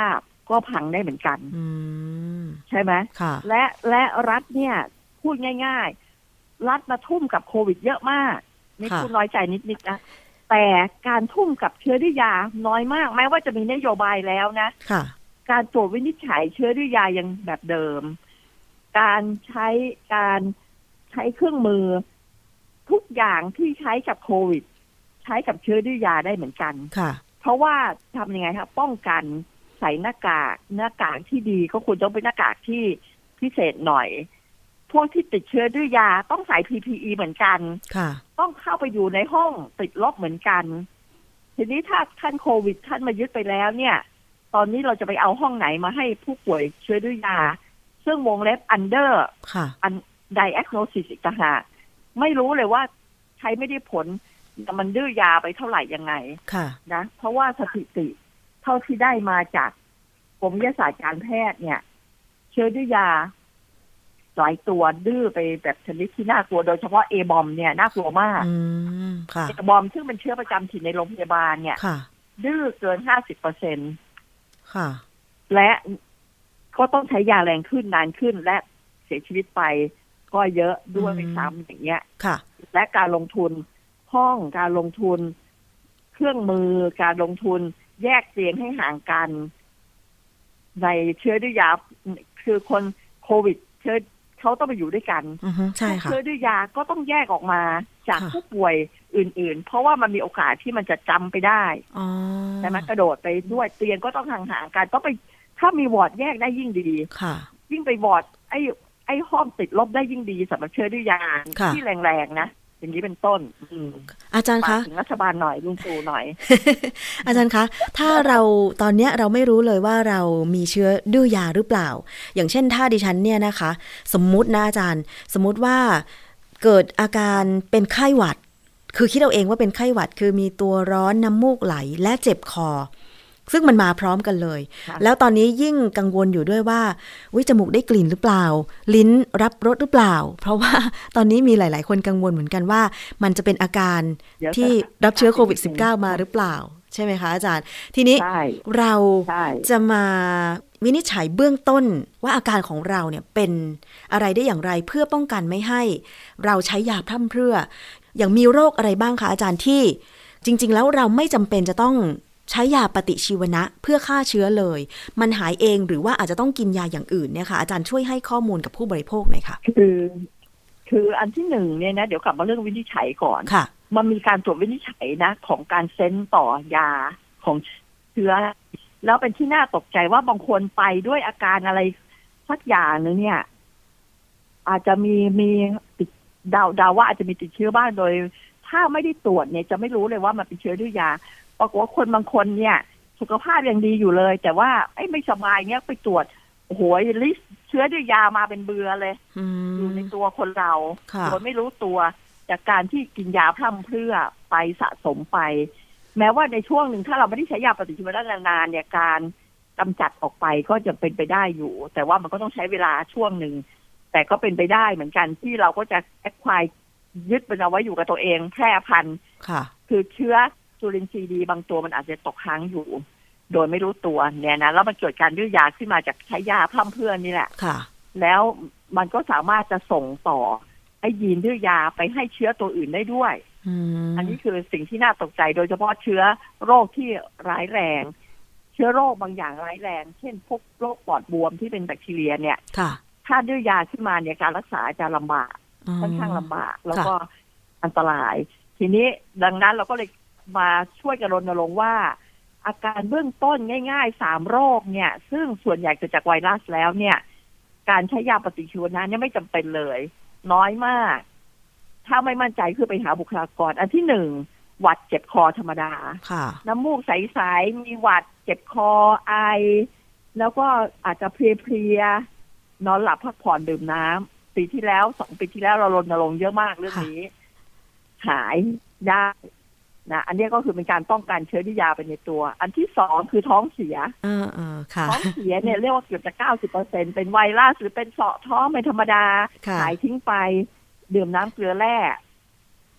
ก็พังได้เหมือนกันใช่ไหมค่ะและและรัฐเนี่ยพูดง่ายๆรัฐมาทุ่มกับโควิดเยอะมากนี่พูดน้อยใจนิดๆนะแต่การทุ่มกับเชื้อด้วยยาน้อยมากแม้ว่าจะมีนโยบายแล้วนะค่ะการตรวจวินิจฉัยเชื้อด้วยยายังแบบเดิมการใช้การใช้เครื่องมือทุกอย่างที่ใช้กับโควิดใช้กับเชื้อด้วยยาได้เหมือนกันค่ะเพราะว่าทำยังไงครับป้องกันใส่หน้ากากหน้ากากที่ดีก็ควรต้องเป็นหน้ากากที่พิเศษหน่อยพวกที่ติดเชื้อด้วยยาต้องใส่ พี พี อี เหมือนกันค่ะต้องเข้าไปอยู่ในห้องติดลบเหมือนกันทีนี้ถ้าท่านโควิดท่านมายึดไปแล้วเนี่ยตอนนี้เราจะไปเอาห้องไหนมาให้ผู้ป่วยเชื้อด้วยยาซึ่งวงเล็บ under ค่ะ diagnosis อีกต่างหากไม่รู้เลยว่าใช้ไม่ได้ผลมันดื้อยาไปเท่าไหร่ยังไงนะเพราะว่าสถิติเท่าที่ได้มาจากกรมวิทยาศาสตร์การแพทย์เนี่ยเชื้อดื้อยาหลายตัวดื้อไปแบบชนิดที่น่ากลัวโดยเฉพาะเอบอมเนี่ยน่ากลัวมากเอบอมซึ่งเป็นเชื้อประจำถิ่นในโรงพยาบาลเนี่ยดื้อเกินห้าสิบเปอร์เซ็นต์และก็ต้องใช้ยาแรงขึ้นนานขึ้นและเสียชีวิตไปก็เยอะด้วยไปซ้ำอย่างเงี้ยและการลงทุนห้องการลงทุนเครื่องมือการลงทุนแยกเตียงให้ห่างกันในเชื้อด้วยยาคือคนโควิดเชื้อเขาต้องไปอยู่ด้วยกันใช่ค่ะเชื้อด้วยยาก็ต้องแยกออกมาจากผู้ป่วยอื่นๆเพราะว่ามันมีโอกาสที่มันจะจำไปได้ใช่ไหมกระโดดไปด้วยเตียงก็ต้องห่างๆกันต้องไปถ้ามีวอร์ดแยกได้ยิ่งดียิ่งไปวอร์ดไอ้ไอ้ห้องติดลบได้ยิ่งดีสำหรับเชื้อด้วยยาที่แรงๆนะอย่างนี้เป็นต้นอาจารย์คะถึงรัฐบาลหน่อยลุงตู่หน่อยอาจารย์คะถ้าเราตอนนี้เราไม่รู้เลยว่าเรามีเชื้อดื้อยาหรือเปล่าอย่างเช่นถ้าดิฉันเนี่ยนะคะสมมุตินะอาจารย์สมมุติว่าเกิดอาการเป็นไข้หวัดคือคิดเอาเองว่าเป็นไข้หวัดคือมีตัวร้อนน้ำมูกไหลและเจ็บคอซึ่งมันมาพร้อมกันเลยแล้วตอนนี้ยิ่งกังวลอยู่ด้วยว่าวิจมูกได้กลิ่นหรือเปล่าลิ้นรับรสหรือเปล่าเพราะว่าตอนนี้มีหลายๆคนกังวลเหมือนกันว่ามันจะเป็นอาการที่รับเชื้อโควิด สิบเก้า มาหรือเปล่าใช่ไหมคะอาจารย์ทีนี้เราจะมาวินิจฉัยเบื้องต้นว่าอาการของเราเนี่ยเป็นอะไรได้อย่างไรเพื่อป้องกันไม่ให้เราใช้ยาพร่ำเพรื่ออย่างมีโรคอะไรบ้างคะอาจารย์ที่จริงๆแล้วเราไม่จำเป็นจะต้องใช้ยาปฏิชีวนะเพื่อฆ่าเชื้อเลยมันหายเองหรือว่าอาจจะต้องกินยาอย่างอื่นเนี่ยค่ะอาจารย์ช่วยให้ข้อมูลกับผู้บริโภคหน่อยค่ะคือคืออันที่หนึ่งเนี่ยนะเดี๋ยวกลับมาเรื่องวินิจฉัยก่อนค่ะมันมีการตรวจวินิจฉัยนะของการเซ็นต่อยาของเชื้อแล้วเป็นที่น่าตกใจว่าบางคนไปด้วยอาการอะไรสักอย่างนึงเนี่ยอาจจะมีมีเดาเดาว่าอาจจะมีติดเชื้อบ้างโดยถ้าไม่ได้ตรวจเนี่ยจะไม่รู้เลยว่ามันเป็นเชื้อด้วยยาปรากฏว่าคนบางคนเนี่ยสุขภาพยังดีอยู่เลยแต่ว่าไอ้ไม่สบายเงี้ยไปตรวจโอ้โหลิสต์เชื้อด้วยยามาเป็นเบือเลยอยู่ในตัวคนเราโดยไม่รู้ตัวจากการที่กินยาพร่ำเพรื่อไปสะสมไปแม้ว่าในช่วงหนึ่งถ้าเราไม่ได้ใช้ยาปฏิชีวนะนานๆเนี่ยการกำจัดออกไปก็จะเป็นไปได้อยู่แต่ว่ามันก็ต้องใช้เวลาช่วงหนึ่งแต่ก็เป็นไปได้เหมือนกันที่เราก็จะแอคควายยึดมันเอาไว้อยู่กับตัวเองแพร่พันธุ์คือเชื้อจุลินทรีย์ดีบางตัวมันอาจจะตกค้างอยู่โดยไม่รู้ตัวเนี่ยนะแล้วมันเกิดการดื้อยาขึ้นมาจากใช้ยาพร่ำเพรื่อนี่แหละแล้วมันก็สามารถจะส่งต่อไอ้ยีนดื้อยาไปให้เชื้อตัวอื่นได้ด้วย อันนี้คือสิ่งที่น่าตกใจโดยเฉพาะเชื้อโรคที่ร้ายแรงเชื้อโรคบางอย่างร้ายแรงเช่นพวกโรคปอดบวมที่เป็นแบคทีเรียเนี่ยถ้าดื้อยาขึ้นมาเนี่ยการรักษาจะลำบากค่อนข้างลำบากแล้วก็อันตรายทีนี้ดังนั้นเราก็เลยมาช่วยกันรณรงค์ว่าอาการเบื้องต้นง่ายๆสามโรคเนี่ยซึ่งส่วนใหญ่เกิดจากไวรัสแล้วเนี่ยการใช้ยาปฏิชีวนะเนี่ยไม่จำเป็นเลยน้อยมากถ้าไม่มั่นใจคือไปหาบุคลากรอันที่หนึ่งหวัดเจ็บคอธรรมดาน้ำมูกใสๆมีหวัดเจ็บคอไอแล้วก็อาจจะเพลียๆนอนหลับพักผ่อนดื่มน้ำปีที่แล้วสองปีที่แล้วเรารณรงค์เยอะมากเรื่องนี้หายได้นะอันนี้ก็คือเป็นการป้องกันเชื้อที่ยาไปในตัวอันที่สองคือท้องเสียท้องเสียเนี่ยเรียกว่าเกือบจะเก้าสิบเปอร์เซ็นต์เป็นไวรัสหรือเป็นเสาะท้องไม่ธรรมดาหายทิ้งไปดื่มน้ำเกลือแร่เ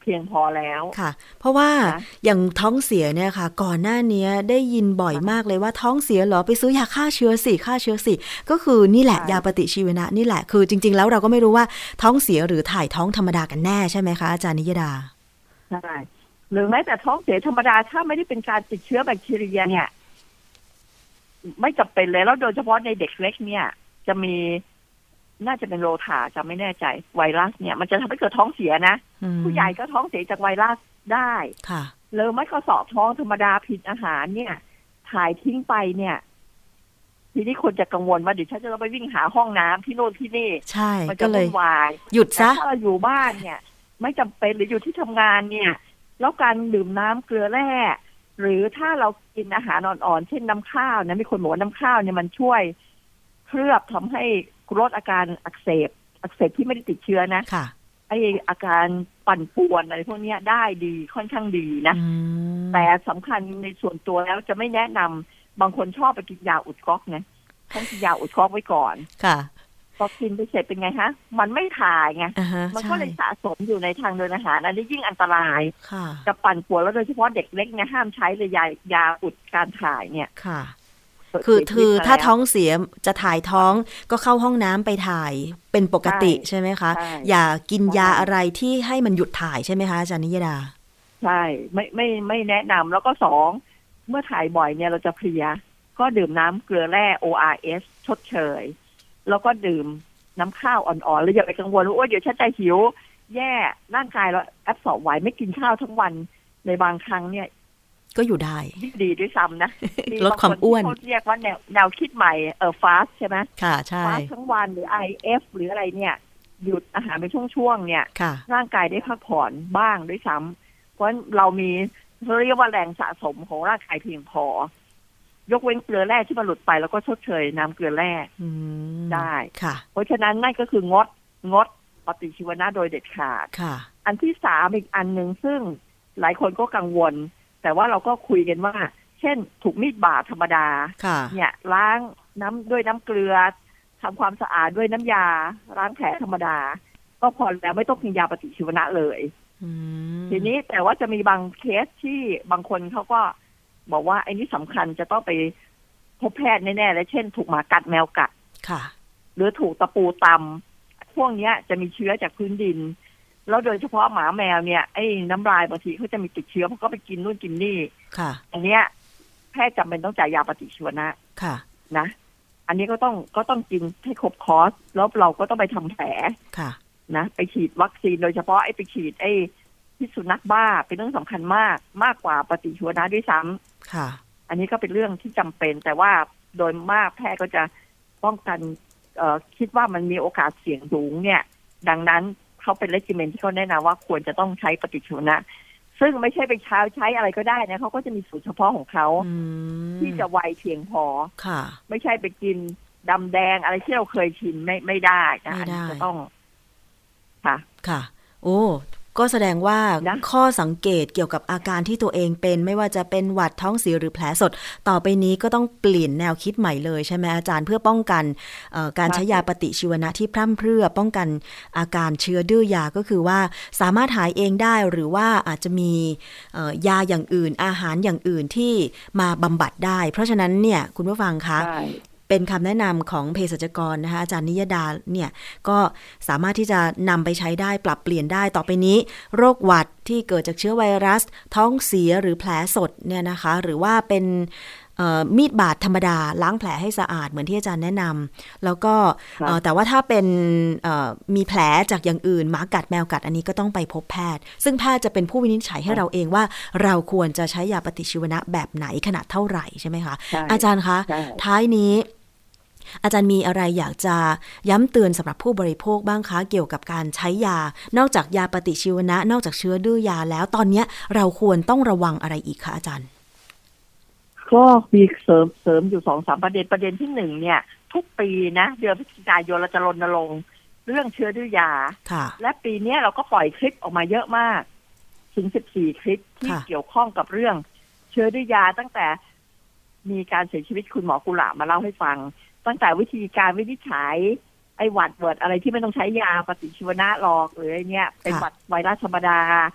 พียงพอแล้วค่ะเพราะว่าอย่างท้องเสียเนี่ยค่ะก่อนหน้านี้ได้ยินบ่อยมากเลยว่าท้องเสียเหรอไปซื้อยาฆ่าเชื้อสิฆ่าเชื้อสิก็คือนี่แหละยาปฏิชีวนะนี่แหละคือจริงๆแล้วเราก็ไม่รู้ว่าท้องเสียหรือถ่ายท้องธรรมดากันแน่ใช่ไหมคะอาจารย์นิยดาใช่หรือแม้แต่ท้องเสียธรรมดาถ้าไม่ได้เป็นการติดเชื้อแบคทีเรียเนี่ยไม่จำเป็นเลยแล้วโดยเฉพาะในเด็กเล็กเนี่ยจะมีน่าจะเป็นโรตาจะไม่แน่ใจไวรัสเนี่ยมันจะทำให้เกิดท้องเสียนะผู้ใหญ่ก็ท้องเสียจากไวรัสได้ค่ะหรือไม่ก็สอบท้องธรรมดาผิดอาหารเนี่ยถ่ายทิ้งไปเนี่ยทีนี้คนจะกังวลว่าเดี๋ยวฉันจะต้องไปวิ่งหาห้องน้ำที่โน่นที่นี่ใช่มันจะวุ่นวายหยุดซะถ้าเราอยู่บ้านเนี่ยไม่จำเป็นหรืออยู่ที่ทำงานเนี่ยแล้วการดื่มน้ำเกลือแร่หรือถ้าเรากินอาหารอ่อนๆเช่นน้ำข้าวนะมีคนบอกว่าน้ำข้าวเนี่ยมันช่วยเคลือบทำให้ลดอาการอักเสบอักเสบที่ไม่ได้ติดเชื้อนะไออาการปั่นป่วนอะไรพวกนี้ได้ดีค่อนข้างดีนะแต่สำคัญในส่วนตัวแล้วจะไม่แนะนำบางคนชอบไปกินยาอุดก๊อกนะต้องกินยาอุดก๊อกไว้ก่อนค่ะพอกินไปเสร็จเป็นไงฮะมันไม่ถ่ายไง uh-huh, มันก็เลยสะสมอยู่ในทางเดินอาหารอันนี้ยิ่งอันตรายกับปั่นป่วนแล้วโดยเฉพาะเด็กเล็กเนี่ยห้ามใช้เลยยายาอุดการถ่ายเนี่ยค่ะคือคือถ้าท้องเสียจะถ่ายท้องก็เข้าห้องน้ำไปถ่ายเป็นปกติใช่ไหมคะอย่ากินยาอะไรที่ให้มันหยุดถ่ายใช่ไหมคะอาจารย์นิยดาใช่ไม่ไม่ไม่แนะนำแล้วก็สองเมื่อถ่ายบ่อยเนี่ยเราจะเพลียก็ดื่มน้ำเกลือแร่ โอ อาร์ เอส ชดเชยแล้วก็ดื่มน้ำข้าวอ่อนๆแล้วอย่าไปกังวลว่าเดี๋ยวฉันใจหิวแย่ร่างกายเราแอบสอบไหวไม่กินข้าวทั้งวันในบางครั้งเนี่ยก็อยู่ได้ดีด้วยซ้ำนะลดความอ้วนเขาเรียกว่าแนวแนวคิดใหม่เออฟาสใช่ไหมค่ะใช่ฟาสทั้งวันหรือ ไอ เอฟ หรืออะไรเนี่ยหยุดอาหารเป็นช่วงๆเนี่ยร่างกายได้พักผ่อนบ้างด้วยซ้ำเพราะเรามีเรียกว่าแรงสะสมของร่างกายเพียงพอยกเว้นเกลือแร่ที่มันหลุดไปแล้วก็ชดเชยน้ำเกลือแร่ได้เพราะฉะนั้นนั่นก็คืองดงดปฏิชีวนะโดยเด็ดขาดอันที่สามอีกอันหนึ่งซึ่งหลายคนก็กังวลแต่ว่าเราก็คุยกันว่าเช่นถูกมีดบาดธรรมดาเนี่ยล้างน้ำด้วยน้ำเกลือทำความสะอาดด้วยน้ำยาล้างแผลธรรมดาก็พอแล้วไม่ต้องกินยาปฏิชีวนะเลยทีนี้แต่ว่าจะมีบางเคสที่บางคนเขาก็บอกว่าไอ้นี่สำคัญจะต้องไปพบแพทย์แน่ๆและเช่นถูกหมากัดแมวกัดหรือถูกตะปูตำพวกนี้จะมีเชื้อจากพื้นดินแล้วโดยเฉพาะหมาแมวเนี่ยไอ้น้ำลายบางทีเขาจะมีติดเชื้อเพราะก็ไปกินนู่นกินนี่อันเนี้ยแพทย์จำเป็นต้องจ่ายยาปฏิชีวนะนะอันนี้ก็ต้องก็ต้องกินให้ครบคอร์สแล้วเราก็ต้องไปทำแผลนะไปฉีดวัคซีนโดยเฉพาะไอ้ไปฉีดไอ้พิษสุนัขบ้าเป็นเรื่องสำคัญมากมากกว่าปฏิชีวนะด้วยซ้ำค่ะอันนี้ก็เป็นเรื่องที่จำเป็นแต่ว่าโดยมากแพทย์ก็จะป้องกันเอ่อคิดว่ามันมีโอกาสเสี่ยงสูงเนี่ยดังนั้นเขาเป็นเรจิเมนที่เขาแนะนำว่าควรจะต้องใช้ปฏิชีวนะซึ่งไม่ใช่ไปใช้ใช้อะไรก็ได้นะเขาก็จะมีสูตรเฉพาะของเขาที่จะไวเพียงพอค่ะไม่ใช่ไปกินดำแดงอะไรที่เราเคยชินไม่ไม่ได้นะอันนี้จะต้องค่ะค่ะโอ้ก็แสดงว่าข้อสังเกตเกี่ยวกับอาการที่ตัวเองเป็นไม่ว่าจะเป็นหวัดท้องเสียหรือแผลสดต่อไปนี้ก็ต้องเปลี่ยนแนวคิดใหม่เลยใช่ไหมอาจารย์เพื่อป้องกันการใช้ยาปฏิชีวนะที่พร่ำเพรื่อป้องกันอาการเชื้อดื้อยาก็คือว่าสามารถหายเองได้หรือว่าอาจจะมียาอย่างอื่นอาหารอย่างอื่นที่มาบำบัดได้เพราะฉะนั้นเนี่ยคุณผู้ฟังคะเป็นคำแนะนำของเภสัชกรนะคะอาจารย์นิยดาเนี่ยก็สามารถที่จะนำไปใช้ได้ปรับเปลี่ยนได้ต่อไปนี้โรคหวัดที่เกิดจากเชื้อไวรัสท้องเสียหรือแผลสดเนี่ยนะคะหรือว่าเป็นมีดบาดธรรมดาล้างแผลให้สะอาดเหมือนที่อาจารย์แนะนำแล้วก็แต่ว่าถ้าเป็นมีแผลจากอย่างอื่นหมากัดแมวกัดอันนี้ก็ต้องไปพบแพทย์ซึ่งแพทย์จะเป็นผู้วินิจฉัยให้เราเองว่าเราควรจะใช้ยาปฏิชีวนะแบบไหนขนาดเท่าไหร่ใช่ไหมคะอาจารย์คะท้ายนี้อาจารย์มีอะไรอยากจะย้ำเตือนสำหรับผู้บริโภคบ้างคะเกี่ยวกับการใช้ยานอกจากยาปฏิชีวนะนอกจากเชื้อดื้อยาแล้วตอนนี้เราควรต้องระวังอะไรอีกคะอาจารย์ก็มีเสริมเสริมอยู่สองสามประเด็นประเด็นที่หนึ่งเนี่ยทุกปีนะเดือนพฤศจิกายนเราจะรณรงค์เรื่องเชื้อดื้อยาและปีนี้เราก็ปล่อยคลิปออกมาเยอะมากถึงสิบสี่คลิปที่เกี่ยวข้องกับเรื่องเชื้อดื้อยาตั้งแต่มีการเสียชีวิตคุณหมอกุหลาบมาเล่าให้ฟังตั้งแต่วิธีการวินิจฉัยไอ้หวัดเวิร์ดอะไรที่ไม่ต้องใช้ยาปฏิชีวนะหรอกหรือไอ้นี่เป็นหวัดไวรัสธรรมดา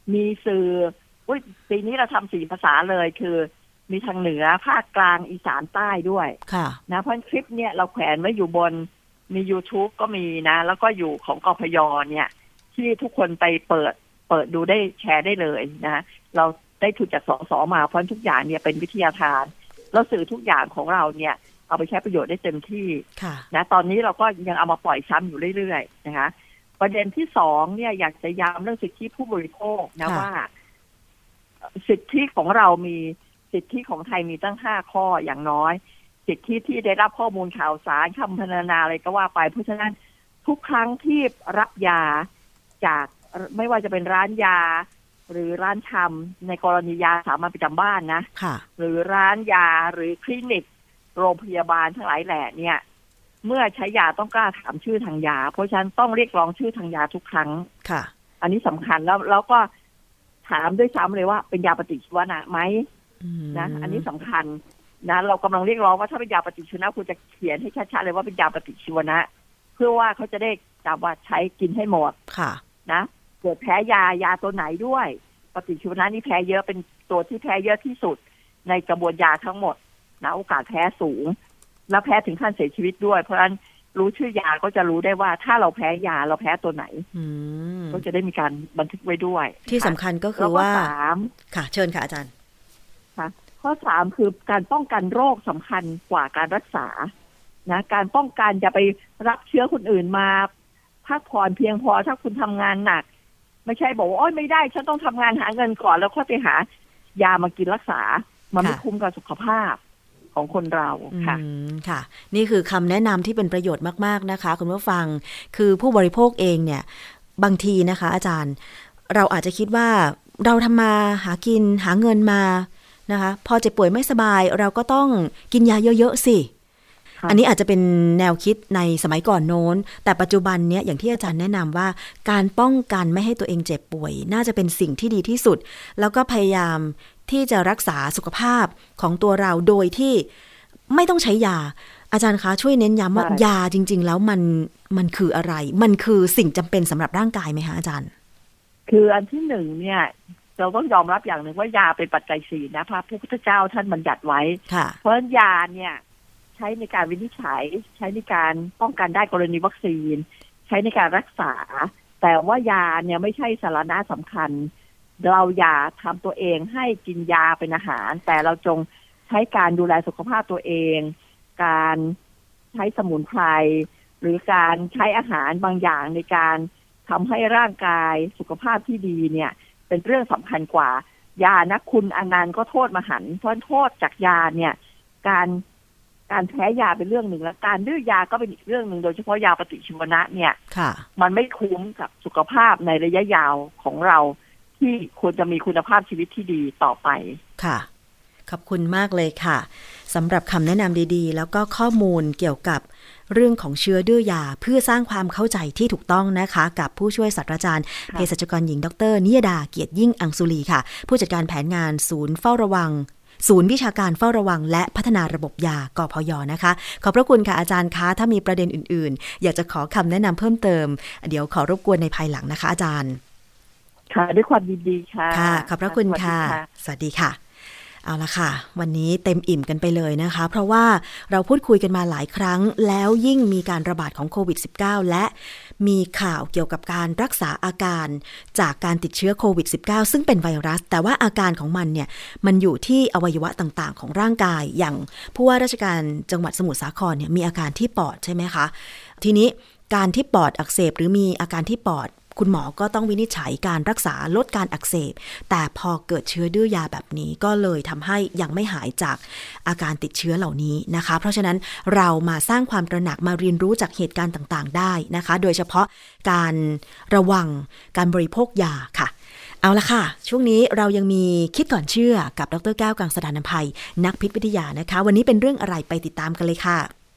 มีสื่ออุ้ยปีนี้เราทำสี่ภาษาเลยคือมีทางเหนือภาคกลางอีสานใต้ด้วยนะเพราะคลิปเนี่ยเราแขวนไว้อยู่บนมี YouTube ก็มีนะแล้วก็อยู่ของกพยเนี่ยที่ทุกคนไปเปิดเปิดดูได้แชร์ได้เลยนะเราได้ทุนจากสสมาเพราะทุกอย่างเนี่ยเป็นวิทยาทานแล้วสื่อทุกอย่างของเราเนี่ยเอาไปใช้ประโยชน์ได้เต็มที่นะตอนนี้เราก็ยังเอามาปล่อยซ้ำอยู่เรื่อยๆนะคะประเด็นที่สองเนี่ยอยากจะย้ำเรื่องสิทธิผู้บริโภคนะว่าสิทธิของเรามีสิทธิของไทยมีตั้งห้าข้ออย่างน้อยสิทธิที่ได้รับข้อมูลข่าวสารคำพรรณนาอะไรก็ว่าไปเพราะฉะนั้นทุกครั้งที่รับยาจากไม่ว่าจะเป็นร้านยาหรือร้านชำในกรณียาสามัญประจำบ้านนะหรือร้านยาหรือคลินิกโรงพยาบาลทั้งหลายแหล่เนี่ยเมื่อใช้ยาต้องกล้าถามชื่อทางยาเพราะฉะนั้นต้องเรียกร้องชื่อทางยาทุกครั้งค่ะอันนี้สำคัญแล้วแล้วก็ถามด้วยซ้ำเลยว่าเป็นยาปฏิชีวนะไหมนะอันนี้สำคัญนะเรากำลังเรียกร้องว่าถ้าเป็นยาปฏิชีวนะคุณจะเขียนให้ชัดๆเลยว่าเป็นยาปฏิชีวนะเพื่อว่าเขาจะได้จำว่าใช้กินให้หมดค่ะนะเกิดแพ้ยายาตัวไหนด้วยปฏิชีวนะนี่แพ้เยอะเป็นตัวที่แพ้เยอะที่สุดในกระบวนยาทั้งหมดนะโอกาสแพ้สูงและแพ้ถึงขั้นเสียชีวิตด้วยเพราะฉะนั้นรู้ชื่อยาก็จะรู้ได้ว่าถ้าเราแพ้ยาเราแพ้ตัวไหนก็จะได้มีการบันทึกไว้ด้วยที่สำคัญก็คือว่าค่ะเชิญค่ะอาจารย์ค่ะข้อสามคือการป้องกันโรคสำคัญกว่าการรักษานะการป้องกันจะไปรับเชื้อคนอื่นมาพักผ่อนเพียงพอถ้าคุณทำงานหนักไม่ใช่บอกว่าโอ๊ยไม่ได้ฉันต้องทำงานหาเงินก่อนแล้วค่อยไปหายามากินรักษามันไม่คุ้มกับสุขภาพของคนเราค่ะค่ะนี่คือคำแนะนำที่เป็นประโยชน์มากๆนะคะคุณผู้ฟังคือผู้บริโภคเองเนี่ยบางทีนะคะอาจารย์เราอาจจะคิดว่าเราทำมาหากินหาเงินมานะคะพอเจ็บป่วยไม่สบายเราก็ต้องกินยาเยอะๆสิอันนี้อาจจะเป็นแนวคิดในสมัยก่อนโน้นแต่ปัจจุบันเนี้ยอย่างที่อาจารย์แนะนำว่าการป้องกันไม่ให้ตัวเองเจ็บป่วยน่าจะเป็นสิ่งที่ดีที่สุดแล้วก็พยายามที่จะรักษาสุขภาพของตัวเราโดยที่ไม่ต้องใช้ยาอาจารย์คะช่วยเน้นย้ำว่ายาจริงๆแล้วมันมันคืออะไรมันคือสิ่งจำเป็นสำหรับร่างกายไหมคะอาจารย์คืออันที่หนึ่งเนี่ยเราต้องยอมรับอย่างหนึ่งว่ายาเป็นปัจจัยสี่นะพระพุทธเจ้าท่านบัญญัติไว้เพราะฉะนั้นยาเนี่ยใช้ในการวินิจฉัยใช้ในการป้องกันได้กรณีวัคซีนใช้ในการรักษาแต่ว่ายาเนี่ยไม่ใช่สาระสำคัญเราอย่าทำตัวเองให้กินยาเป็นอาหารแต่เราจงใช้การดูแลสุขภาพตัวเองการใช้สมุนไพรหรือการใช้อาหารบางอย่างในการทำให้ร่างกายสุขภาพที่ดีเนี่ยเป็นเรื่องสำคัญกว่ายานะคุณอนันต์ก็โทษมหันต์เพราะโทษจากยาเนี่ยการการแพ้ยาเป็นเรื่องหนึ่งและการดื้อยาก็เป็นอีกเรื่องหนึ่งโดยเฉพาะยาปฏิชีวนะเนี่ยมันไม่คุ้มกับสุขภาพในระยะยาวของเราที่ควรจะมีคุณภาพชีวิตที่ดีต่อไปค่ะขอบคุณมากเลยค่ะสำหรับคำแนะนำดีๆแล้วก็ข้อมูลเกี่ยวกับเรื่องของเชื้อดื้อยาเพื่อสร้างความเข้าใจที่ถูกต้องนะคะกับผู้ช่วยศาสตราจารย์เภสัชกรหญิงดร.นิยดาเกียรติยิ่งอังสุรีค่ะผู้จัดการแผนงานศูนย์เฝ้าระวังศูนย์วิชาการเฝ้าระวังและพัฒนาระบบยากพย.นะคะขอบพระคุณค่ะอาจารย์คะถ้ามีประเด็นอื่นๆอยากจะขอคำแนะนำเพิ่มเติมเดี๋ยวขอรบกวนในภายหลังนะคะอาจารย์ค่ะด้วยความยินดีค่ะค่ะขอบพระคุณค่ะสวัสดีค่ะเอาละค่ะวันนี้เต็มอิ่มกันไปเลยนะคะเพราะว่าเราพูดคุยกันมาหลายครั้งแล้วยิ่งมีการระบาดของโควิด สิบเก้า และมีข่าวเกี่ยวกับการรักษาอาการจากการติดเชื้อโควิด สิบเก้า ซึ่งเป็นไวรัสแต่ว่าอาการของมันเนี่ยมันอยู่ที่อวัยวะต่างๆของร่างกายอย่างผู้ว่าราชการจังหวัดสมุทรสาครเนี่ยมีอาการที่ปอดใช่ไหมคะทีนี้การที่ปอดอักเสบหรือมีอาการที่ปอดคุณหมอก็ต้องวินิจฉัยการรักษาลดการอักเสบแต่พอเกิดเชื้อดื้อยาแบบนี้ก็เลยทำให้ยังไม่หายจากอาการติดเชื้อเหล่านี้นะคะเพราะฉะนั้นเรามาสร้างความตระหนักมาเรียนรู้จากเหตุการณ์ต่างๆได้นะคะโดยเฉพาะการระวังการบริโภคยาค่ะเอาละค่ะช่วงนี้เรายังมีคิดก่อนเชื่อกับดร.แก้วกังสดาลอำไพนักพิษวิทยานะคะวันนี้เป็นเรื่องอะไรไปติดตามกันเลยค่ะ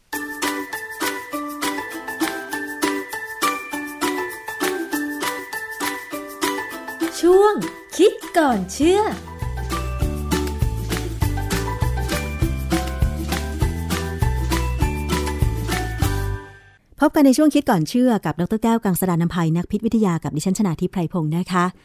ช่วงคิดก่อนเชื่อพบกันในช่วงคิดก่อนเชื่อกับดร.แก้วกังสดาลอำไพนักพิษวิทยากับดิฉันชนาธิป ไพรพงศ์นะคะ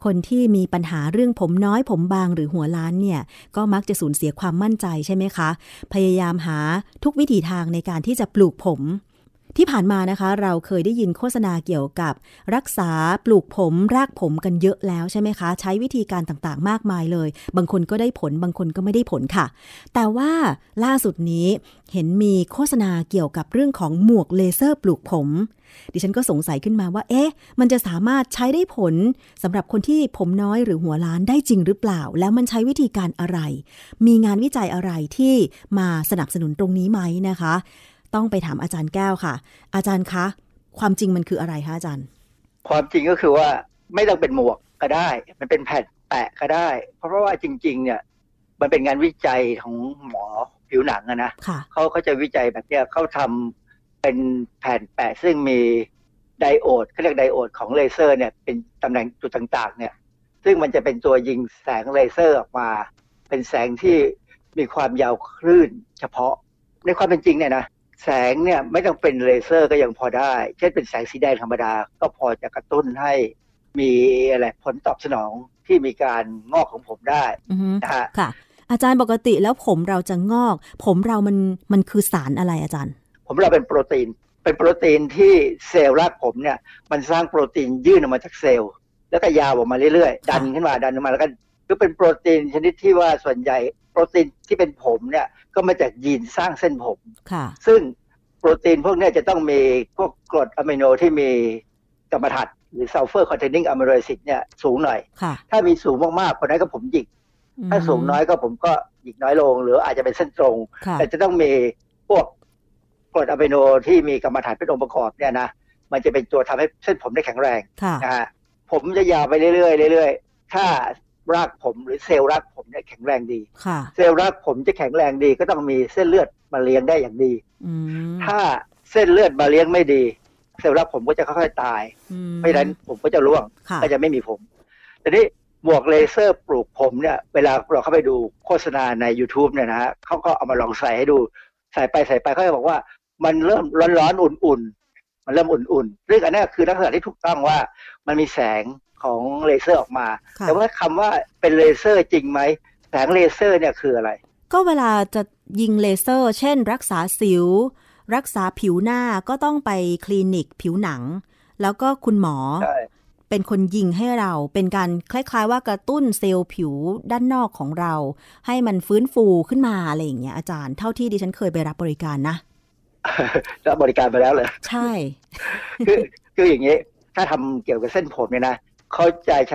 คนที่มีปัญหาเรื่องผมน้อยผมบางหรือหัวล้านเนี่ยก็มักจะสูญเสียความมั่นใจใช่ไหมคะพยายามหาทุกวิถีทางในการที่จะปลูกผมที่ผ่านมานะคะเราเคยได้ยินโฆษณาเกี่ยวกับรักษาปลูกผมรากผมกันเยอะแล้วใช่ไหมคะใช้วิธีการต่างๆมากมายเลยบางคนก็ได้ผลบางคนก็ไม่ได้ผลค่ะแต่ว่าล่าสุดนี้เห็นมีโฆษณาเกี่ยวกับเรื่องของหมวกเลเซอร์ปลูกผมดิฉันก็สงสัยขึ้นมาว่าเอ๊ะมันจะสามารถใช้ได้ผลสำหรับคนที่ผมน้อยหรือหัวล้านได้จริงหรือเปล่าแล้วมันใช้วิธีการอะไรมีงานวิจัยอะไรที่มาสนับสนุนตรงนี้ไหมนะคะต้องไปถามอาจารย์แก้วค่ะอาจารย์คะความจริงมันคืออะไรคะอาจารย์ความจริงก็คือว่าไม่ต้องเป็นหมวกก็ได้มันเป็นแผ่นแปะก็ได้เพราะว่าจริงๆเนี่ยมันเป็นงานวิจัยของหมอผิวหนังนะเขาเขาจะวิจัยแบบนี้เขาทำเป็นแผ่นแปะซึ่งมีไดโอดเขาเรียกไดโอดของเลเซอร์เนี่ยเป็นตำแหน่งจุดต่างๆเนี่ยซึ่งมันจะเป็นตัวยิงแสงเลเซอร์ออกมาเป็นแสงที่มีความยาวคลื่นเฉพาะในความเป็นจริงเนี่ยนะแสงเนี่ยไม่ต้องเป็นเลเซอร์ก็ยังพอได้เช่นเป็นแสงสีแดงธรรมดาก็พอจะกระตุ้นให้มีอะไรผลตอบสนองที่มีการงอกของผมได้นะฮะค่ะอาจารย์ปกติแล้วผมเราจะงอกผมเรามันมันคือสารอะไรอาจารย์ผมเราเป็นโปรตีนเป็นโปรตีนที่เซลล์รากผมเนี่ยมันสร้างโปรตีนยื่นออกมาจากเซลล์แล้วก็ยาวออกมาเรื่อยๆดันขึ้นมาดันออกมาแล้วก็ก็เป็นโปรตีนชนิดที่ว่าส่วนใหญ่โปรตีนที่เป็นผมเนี่ยก็มาจากยีนสร้างเส้นผมซึ่งโปรตีนพวกนี้จะต้องมีพวกกรดอะมิโนที่มีกรรมถัดหรือ sulfur containing amino acid เนี่ยสูงหน่อยถ้ามีสูงมากๆคนนั้นก็ผมหยิกถ้าสูงน้อยก็ผมก็หยิกน้อยลงหรืออาจจะเป็นเส้นตรงแต่จะต้องมีพวกกรดอะมิโนที่มีกรรมถัดเป็นองค์ประกอบเนี่ยนะมันจะเป็นตัวทำให้เส้นผมได้แข็งแรงนะฮะผมจะยาวไปเรื่อยๆเรื่อยๆถ้ารากผมหรือเซลล์รากผมเนี่ยแข็งแรงดีเซลล์รากผมจะแข็งแรงดีก็ต้องมีเส้นเลือดมาเลี้ยงได้อย่างดีถ้าเส้นเลือดมาเลี้ยงไม่ดีเซลล์รากผมก็จะค่อยๆตายเพราะฉะนั้นผมก็จะร่วงก็จะไม่มีผมแต่นี้หมวกเลเซอร์ปลูกผมเนี่ยเวลาเราเข้าไปดูโฆษณาใน YouTube เนี่ยนะฮะเขาก็เอามาลองใส่ให้ดูใส่ไปใส่ไปเขาจะบอกว่ามันเริ่มร้อนๆอุ่นๆมันเริ่มอุ่นๆเรื่องอันนี้คือลักษณะที่ถูกต้องว่ามันมีแสงของเลเซอร์ออกมาแต่ว่าคำว่าเป็นเลเซอร์จริงไหมแสงเลเซอร์เนี่ยคืออะไรก็เวลาจะยิงเลเซอร์เช่นรักษาสิวรักษาผิวหน้าก็ต้องไปคลินิกผิวหนังแล้วก็คุณหมอเป็นคนยิงให้เราเป็นการคล้ายๆว่ากระตุ้นเซลล์ผิวด้านนอกของเราให้มันฟื้นฟูขึ้นมาอะไรอย่างเงี้ยอาจารย์เท่าที่ดิฉันเคยไปรับบริการนะรับบริการไปแล้วเลยใช่คือคืออย่างนี้ถ้าทำเกี่ยวกับเส้นผมเนี่ยนะเขาจะใช้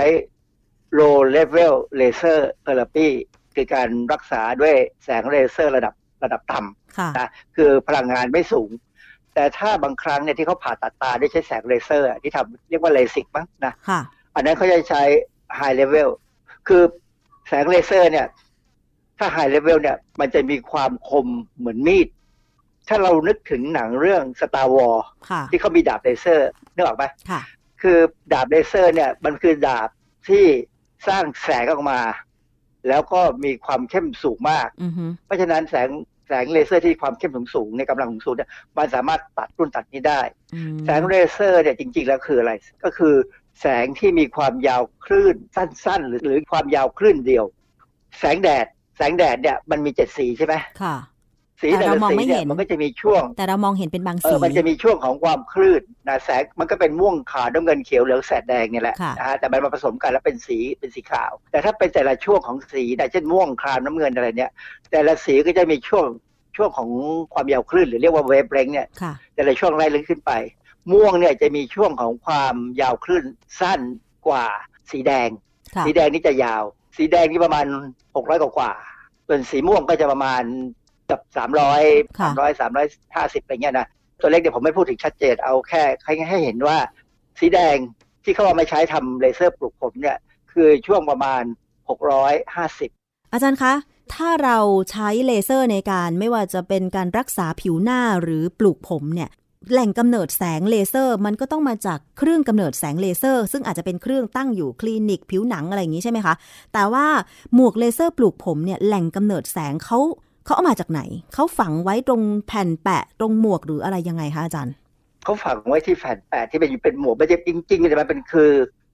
low level laser therapy คือการรักษาด้วยแสงเลเซอร์ระดับระดับต่ำนะคือพลังงานไม่สูงแต่ถ้าบางครั้งเนี่ยที่เขาผ่าตัดตาได้ใช้แสงเลเซอร์ที่ทำเรียกว่าเลสิกมั้งนะอันนั้นเขาจะใช้ high level คือแสงเลเซอร์เนี่ยถ้า high level เนี่ยมันจะมีความคมเหมือนมีดถ้าเรานึกถึงหนังเรื่อง Star Wars ที่เขามีดาบเลเซอร์นึกออกไหมคือดาบเลเซอร์เนี่ยมันคือดาบที่สร้างแสงออกมาแล้วก็มีความเข้มสูงมาก uh-huh. เพราะฉะนั้นแสงแสงเลเซอร์ที่ความเข้มสูงสูงในกำลังสูงเนี่ยมันสามารถตัดรุ่นตัดนี้ได้ uh-huh. แสงเลเซอร์เนี่ยจริงๆแล้วคืออะไรก็คือแสงที่มีความยาวคลื่นสั้นๆหรือหรือความยาวคลื่นเดียวแสงแดดแสงแดดเนี่ยมันมีเจ็ดสีใช่ไหมค่ะสีแต่ละสีเนี่ยมันก็จะมีช่วงแต่เรามองเห็นเป็นบางสีมันจะมีช่วงของความคลื่นนะแสงมันก็เป็นม่วงขาวน้ำเงินเขียวเหลืองแสดแดงนี่แหละนะฮะแต่มันมาผสมกันแล้วเป็นสีเป็นสีขาวแต่ถ้าเป็นแต่ละช่วงของสีนะเช่นม่วงครามน้ำเงินอะไรเนี่ยแต่ละสีก็จะมีช่วงช่วงของความยาวคลื่นหรือเรียกว่าเวฟเลนท์เนี่ยแต่ละช่วงไล่ลึกขึ้นไปม่วงเนี่ยจะมีช่วงของความยาวคลื่นสั้นกว่าสีแดงสีแดงนี่จะยาวสีแดงนี่ประมาณหกร้อยกว่าส่วนสีม่วงก็จะประมาณกับสามร้อย สามร้อย สามร้อยห้าสิบอะไรเงี้ยนะตัวเลขเดี๋ยวผมไม่พูดถึงชัดเจนเอาแค่ให้ให้เห็นว่าสีแดงที่เขาเอามาใช้ทำเลเซอร์ปลูกผมเนี่ยคือช่วงประมาณหกร้อยห้าสิบอาจารย์คะถ้าเราใช้เลเซอร์ในการไม่ว่าจะเป็นการรักษาผิวหน้าหรือปลูกผมเนี่ยแหล่งกำเนิดแสงเลเซอร์มันก็ต้องมาจากเครื่องกำเนิดแสงเลเซอร์ซึ่งอาจจะเป็นเครื่องตั้งอยู่คลินิกผิวหนังอะไรอย่างนี้ใช่ไหมคะแต่ว่าหมวกเลเซอร์ปลูกผมเนี่ยแหล่งกำเนิดแสงเขาเขาเอามาจากไหนเขาฝังไว้ตรงแผ่นแปะตรงหมวกหรืออะไรยังไงคะอาจารย์เขาฝังไว้ที่แผ่นแปะที่เป็นเป็นหมวกไม่ใช่จริงๆแต่มันเป็นคือ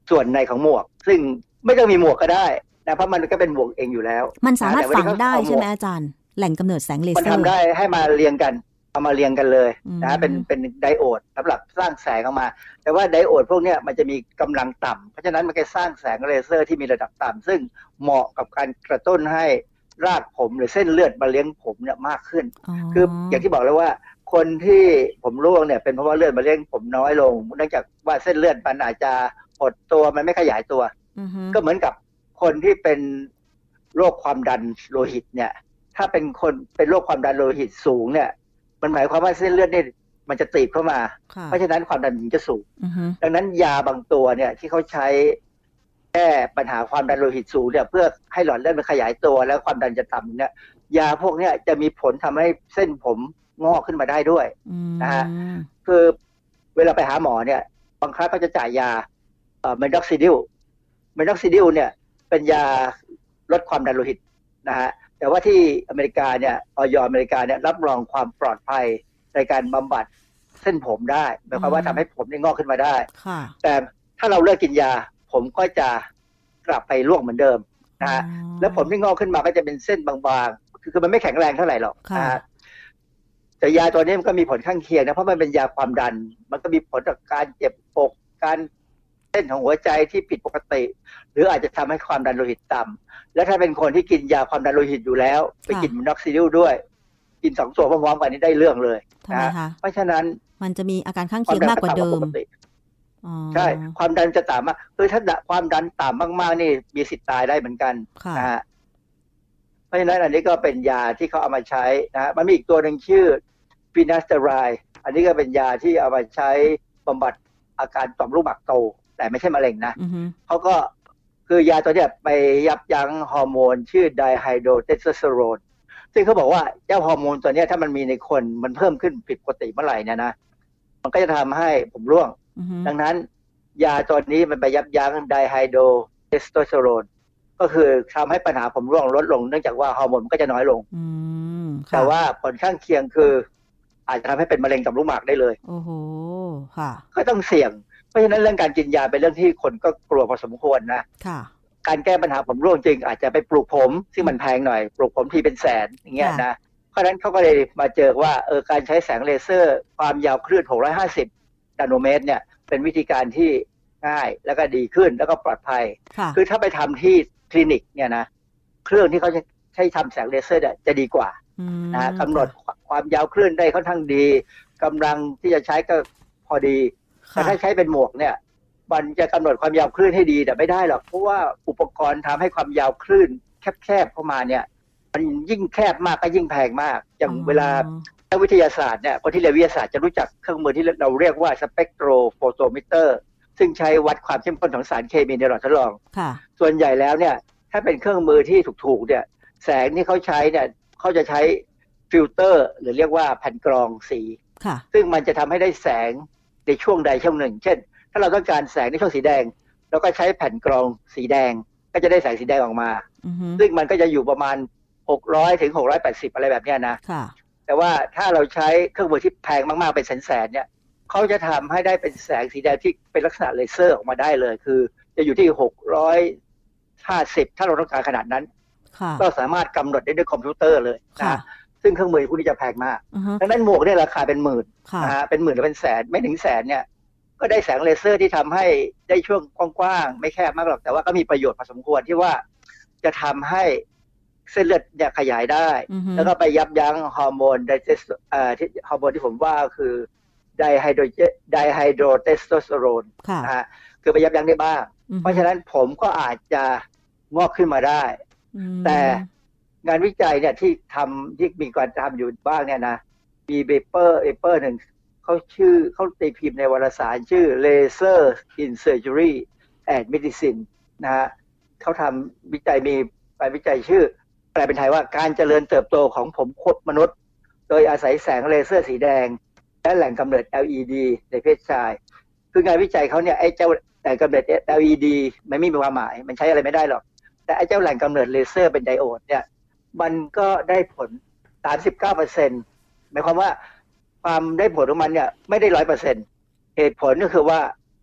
ส่วนในของหมวกซึ่งไม่ต้องมีหมวกก็ได้นะเพราะมันก็เป็นหมวกเองอยู่แล้วมันสามารถฝังได้ใช่ไหมอาจารย์แหล่งกำเนิดแสงเลเซอร์มันทำได้ให้มาเรียงกันเอามาเรียงกันเลยนะเป็นเป็นไดโอดสำหรับสร้างแสงออกมาแต่ว่าไดโอดพวกนี้มันจะมีกำลังต่ำเพราะฉะนั้นมันจะสร้างแสงเลเซอร์ที่มีระดับต่ำซึ่งเหมาะกับการกระตุ้นให้รากผมหรือเส้นเลือดมาเลี้ยงผมเนี่ยมากขึ้นคืออย่างที่บอกแล้วว่าคนที่ผมร่วงเนี่ยเป็นเพราะว่าเลือดมาเลี้ยงผมน้อยลงเนื่องจากว่าเส้นเลือดมันอาจจะหดตัวมันไม่ขยายตัวก็เหมือนกับคนที่เป็นโรคความดันโลหิตเนี่ยถ้าเป็นคนเป็นโรคความดันโลหิตสูงเนี่ยมันหมายความว่าเส้นเลือดนี่มันจะตีบเข้ามาเพราะฉะนั้นความดันมันจะสูงดังนั้นยาบางตัวเนี่ยที่เขาใช้แก้ปัญหาความดันโลหิตสูงเนี่ยเพื่อให้หลอดเลือดมันขยายตัวแล้วความดันจะต่ำเนี่ยยาพวกนี้จะมีผลทำให้เส้นผมงอกขึ้นมาได้ด้วยนะฮะคือเวลาไปหาหมอเนี่ยบางครั้งก็จะจ่ายยาเอ่อเมนด็อกซิดิลเมนด็อกซิดิลเนี่ยเป็นยาลดความดันโลหิตนะฮะแต่ว่าที่อเมริกาเนี่ยอย.อเมริกาเนี่ยรับรองความปลอดภัยในการบำบัดเส้นผมได้หมายความว่าทำให้ผมนี่งอกขึ้นมาได้แต่ถ้าเราเลิกกินยาผมก็จะกลับไปร่วงเหมือนเดิมนะฮะแล้วผมที่งอกขึ้นมาก็จะเป็นเส้นบางๆคือมันไม่แข็งแรงเท่าไหร่หรอกนะฮะแต่ยาตัวนี้มันก็มีผลข้างเคียงนะเพราะมันเป็นยาความดันมันก็มีผลต่อการเจ็บอกการเต้นของหัวใจที่ผิดปกติหรืออาจจะทำให้ความดันโลหิตต่ำและถ้าเป็นคนที่กินยาความดันโลหิตอยู่แล้วไปกินมอนอกซิดิลด้วยกินสองตัวพร้อมๆกันนี้ได้เรื่องเลยนะเพราะฉะนั้นมันจะมีอาการข้างเคียงมากกว่าเดิมใช่ความดันจะต่ำมากคือถ้าความดันต่ำมากๆนี่มีสิทธิ์ตายได้เหมือนกันนะฮะเพราะฉะนั้นอันนี้ก็เป็นยาที่เขาเอามาใช้นะมันมีอีกตัวหนึ่งชื่อฟีนัสเตอไรด์อันนี้ก็เป็นยาที่เอามาใช้บำบัดอาการต่อมลูกหมากโตแต่ไม่ใช่มะเร็งนะเขาก็คือยาตัวนี้ไปยับยั้งฮอร์โมนชื่อไดไฮโดรเทสโทสเตอโรนซึ่งเขาบอกว่าเจ้าฮอร์โมนตัวนี้ถ้ามันมีในคนมันเพิ่มขึ้นผิดปกติเมื่อไหร่เนี่ยนะมันก็จะทำให้ผมร่วงดังนั้นยาตัวนี้มันไปยับยั้งไดไฮโดรเทสโทสเตอโรนก็คือทำให้ปัญหาผมร่วงลดลงเนื่องจากว่าฮอร์โมนมันก็จะน้อยลงแต่ว่าผลข้างเคียงคืออาจจะทำให้เป็นมะเร็งต่อมลูกหมากได้เลยโอ้โหค่ะก็ต้องเสี่ยงเพราะฉะนั้นเรื่องการกินยาเป็นเรื่องที่คนก็กลัวพอสมควรนะค่ะการแก้ปัญหาผมร่วงจริงอาจจะไปปลูกผมซึ่งมันแพงหน่อยปลูกผมทีเป็นแสนอย่างเงี้ยนะเพราะฉะนั้นเขาก็เลยมาเจอว่าเออการใช้แสงเลเซอร์ความยาวคลื่นหกร้อยห้าสิบนาโนเมตรเนี่ยเป็นวิธีการที่ง่ายแล้วก็ดีขึ้นแล้วก็ปลอดภัยคือถ้าไปทำที่คลินิกเนี่ยนะเครื่องที่เขาใช้ทำแสงเลเซอร์เนี่ยจะดีกว่านะกำหนดความยาวคลื่นได้ค่อนข้างดีกำลังที่จะใช้ก็พอดีแต่ถ้าใช้เป็นหมวกเนี่ยมันจะกำหนดความยาวคลื่นให้ดีแต่ไม่ได้หรอกเพราะว่าอุปกรณ์ทำให้ความยาวคลื่นแคบๆเข้ามาเนี่ยมันยิ่งแคบมากก็ยิ่งแพงมากอย่างเวลานักวิทยาศาสตร์เนี่ยคนที่เรียนวิทยาศาสตร์จะรู้จักเครื่องมือที่เราเรียกว่าสเปกโทรโฟโตมิเตอร์ซึ่งใช้วัดความเข้มข้นของสารเคมีในหลอดทดลองส่วนใหญ่แล้วเนี่ยถ้าเป็นเครื่องมือที่ถูกๆเนี่ยแสงที่เขาใช้เนี่ยเขาจะใช้ฟิลเตอร์หรือเรียกว่าแผ่นกรองสีซึ่งมันจะทำให้ได้แสงในช่วงใดช่วงหนึ่งเช่นถ้าเราต้องการแสงในช่วงสีแดงเราก็ใช้แผ่นกรองสีแดงก็จะได้แสงสีแดงออกมา uh-huh. ซึ่งมันก็จะอยู่ประมาณหกร้อยถึงหกร้อยแปดสิบอะไรแบบนี้นะแต่ว่าถ้าเราใช้เครื่องมือที่แพงมากๆเป็นแสนๆเนี่ยเขาจะทำให้ได้เป็นแสงสีแดงที่เป็นลักษณะเลเซอร์ออกมาได้เลยคือจะอยู่ที่หกร้อยห้าสิบถ้าเราต้องการขนาดนั้นก็สามารถกำหนดได้ด้วยคอมพิวเตอร์เลยนะซึ่งเครื่องมือพวกนี้จะแพงมาก uh-huh. ดังนั้นหมวกเนี่ยราคาเป็นหมื่นนะฮะเป็นหมื่นหรือเป็นแสนไม่ถึงแสนเนี่ยก็ได้แสงเลเซอร์ที่ทำให้ได้ช่วงกว้างๆไม่แคบมากหรอกแต่ว่าก็มีประโยชน์พอสมควรที่ว่าจะทำให้เส้นเลือดเนี่ยขยายได้ uh-huh. แล้วก็ไปยับยั้งฮอร์โมนไดเทสเอ่อที่ฮอร์โมนที่ผมว่าคือไดไฮโดรไดไฮโดรเทสโทสเตอโรนนะฮะคือไปยับยั้งได้บ้าง uh-huh. เพราะฉะนั้นผมก็อาจจะงอกขึ้นมาได้ uh-huh. แต่งานวิจัยเนี่ยที่ทำที่มีการทำอยู่บ้างเนี่ยนะมีเปเปอร์เปเปอร์หนึ่งเขาชื่อเขาตีพิมพ์ในวารสารชื่อ Laser in Surgery and Medicine นะฮะเขาทำวิจัยมีไปวิจัยชื่อแปลเป็นไทยว่าการเจริญเติบโตของผมคดมนุษย์โดยอาศัยแสงเลเซอร์สีแดงและแหล่งกำเนิด แอล อี ดี ในเพศชายคืองานวิจัยเขาเนี่ยไอ้เจ้าแหล่งกำเนิด แอล อี ดี มันไม่มีความหมายมันใช้อะไรไม่ได้หรอกแต่ไอ้เจ้าแหล่งกำเนิดเลเซอร์เป็นไดโอดเนี่ยมันก็ได้ผล สามสิบเก้าเปอร์เซ็นต์ หมายความว่าความได้ผลของมันเนี่ยไม่ได้ ร้อยเปอร์เซ็นต์ เหตุผลก็คือว่า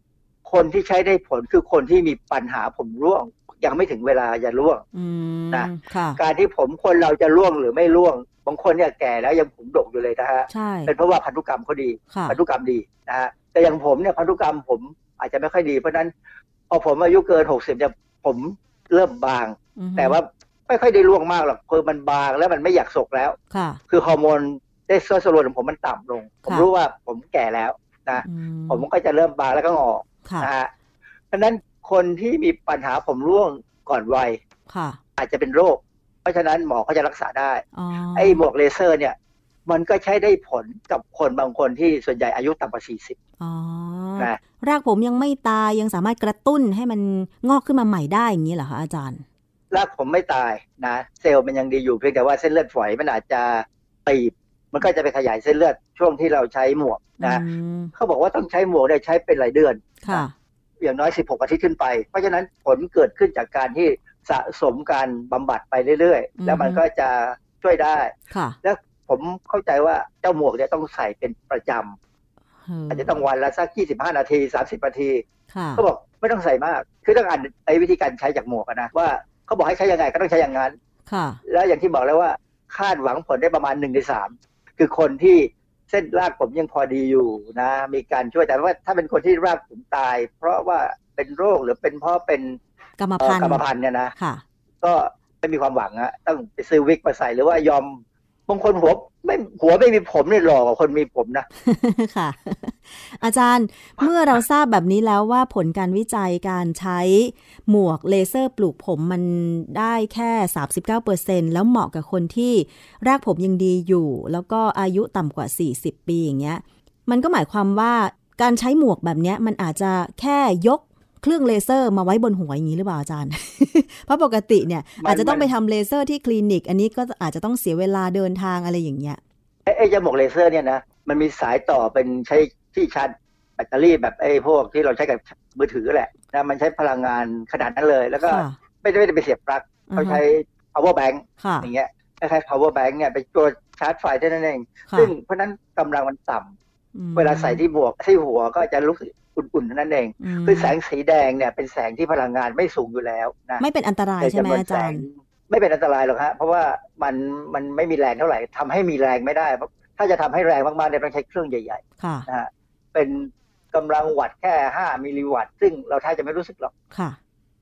คนที่ใช้ได้ผลคือคนที่มีปัญหาผมร่วงยังไม่ถึงเวลาจะร่วงนะการที่ผมคนเราจะร่วงหรือไม่ร่วงบางคนเนี่ยแก่แล้วยังผมดกอยู่เลยนะฮะเป็นเพราะว่าพันธุกรรมเขาดีพันธุกรรมดีนะฮะแต่อย่างผมเนี่ยพันธุกรรมผมอาจจะไม่ค่อยดีเพราะนั้นพอผมอายุเกินหกสิบเนี่ยผมเริ่มบางแต่ว่าไม่ค่อยได้ร่วงมากหรอกคือมันบางแล้วมันไม่อยากสกแล้วคือฮอร์โมนเทสโทสเตอโรนของผมมันต่ำลงผมรู้ว่าผมแก่แล้วนะผมก็จะเริ่มบางแล้วก็งอกนะฮะเพราะนั้นคนที่มีปัญหาผมร่วงก่อนวัยอาจจะเป็นโรคเพราะฉะนั้นหมอเขาจะรักษาได้ไอ้หมวกเลเซอร์เนี่ยมันก็ใช้ได้ผลกับคนบางคนที่ส่วนใหญ่อายุต่ำกว่าสี่สิบนะรากผมยังไม่ตายยังสามารถกระตุ้นให้มันงอกขึ้นมาใหม่ได้อย่างนี้เหรอคะอาจารย์รากผมไม่ตายนะเซลล์มันยังดีอยู่เพียงแต่ว่าเส้นเลือดฝอยมันอาจจะตีบมันก็จะไปขยายเส้นเลือดช่วงที่เราใช้หมวกนะเขาบอกว่าต้องใช้หมวกได้ใช้เป็นหลายเดือนอย่างน้อยสิบหกอาทิตย์ขึ้นไปเพราะฉะนั้นผลเกิดขึ้นจากการที่สะสมการบำบัดไปเรื่อยๆแล้วมันก็จะช่วยได้แล้วผมเข้าใจว่าเจ้าหมวกเนี่ยต้องใส่เป็นประจำอาจจะต้องวันละสักยี่สิบห้านาทีสามสิบนาทีเขาบอกไม่ต้องใส่มากคือต้องอ่านไอ้วิธีการใช้จากหมวกนะว่าเขาบอกให้ใช้ยังไงก็ต้องใช้อย่างนั้นแล้วอย่างที่บอกแล้วว่าคาดหวังผลได้ประมาณหนึ่งในสามคือคนที่เส้นรากผมยังพอดีอยู่นะมีการช่วยแต่ว่าถ้าเป็นคนที่รากผมตายเพราะว่าเป็นโรคหรือเป็นเพราะเป็นกรรมพันธุ์กรรมพันธุ์เนี่ยนะก็ไม่มีความหวังอะต้องไปซื้อวิกมาใส่หรือว่ายอมบางคนหัวไม่หัวไม่มีผมนี่หล่อกว่าคนมีผมนะค่ะอาจารย์เมื่อเราทราบแบบนี้แล้วว่าผลการวิจัยการใช้หมวกเลเซอร์ปลูกผมมันได้แค่ สามสิบเก้าเปอร์เซ็นต์ แล้วเหมาะกับคนที่รากผมยังดีอยู่แล้วก็อายุต่ำกว่าสี่สิบปีอย่างเงี้ยมันก็หมายความว่าการใช้หมวกแบบเนี้ยมันอาจจะแค่ยกเครื่องเลเซอร์มาไว้บนหัวอย่างนี้หรือเปล่าอาจารย์ เพราะปกติเนี่ยอาจจะต้องไปทำเลเซอร์ที่คลินิกอันนี้ก็อาจจะต้องเสียเวลาเดินทางอะไรอย่างเงี้ยไอ้ไอ้เจ้าหมวกเลเซอร์เนี่ยนะมันมีสายต่อเป็นใช้ที่ชาร์จแบตเตอรี่แบบไอ้พวกที่เราใช้กับมือถือแหละนะมันใช้พลังงานขนาดนั้นเลยแล้วก็ไม่ได้ไม่ได้ไปเสียบปลั๊กเขาใช้ power bank อย่างเงี้ยคล้ายๆ power bank เนี่ยเป็นตัวชาร์จไฟเท่านั้นเองซึ่งเพราะนั้นกำลังมันต่ำเวลาใส่ที่หมวกที่หัวก็จะรู้สึกอุ่นๆนั่นเองคือแสงสีแดงเนี่ยเป็นแสงที่พลังงานไม่สูงอยู่แล้วนะไม่เป็นอันตรายใช่ไหมอาจารย์ไม่เป็นอันตรายหรอกฮะเพราะว่ามันมันไม่มีแรงเท่าไหร่ทำให้มีแรงไม่ได้เพราะถ้าจะทำให้แรงมากๆเนี่ยต้องใช้เครื่องใหญ่ๆนะฮะเป็นกำลังวัตต์แค่ห้ามิลลิวัตต์ซึ่งเราแทบจะไม่รู้สึกหรอกค่ะ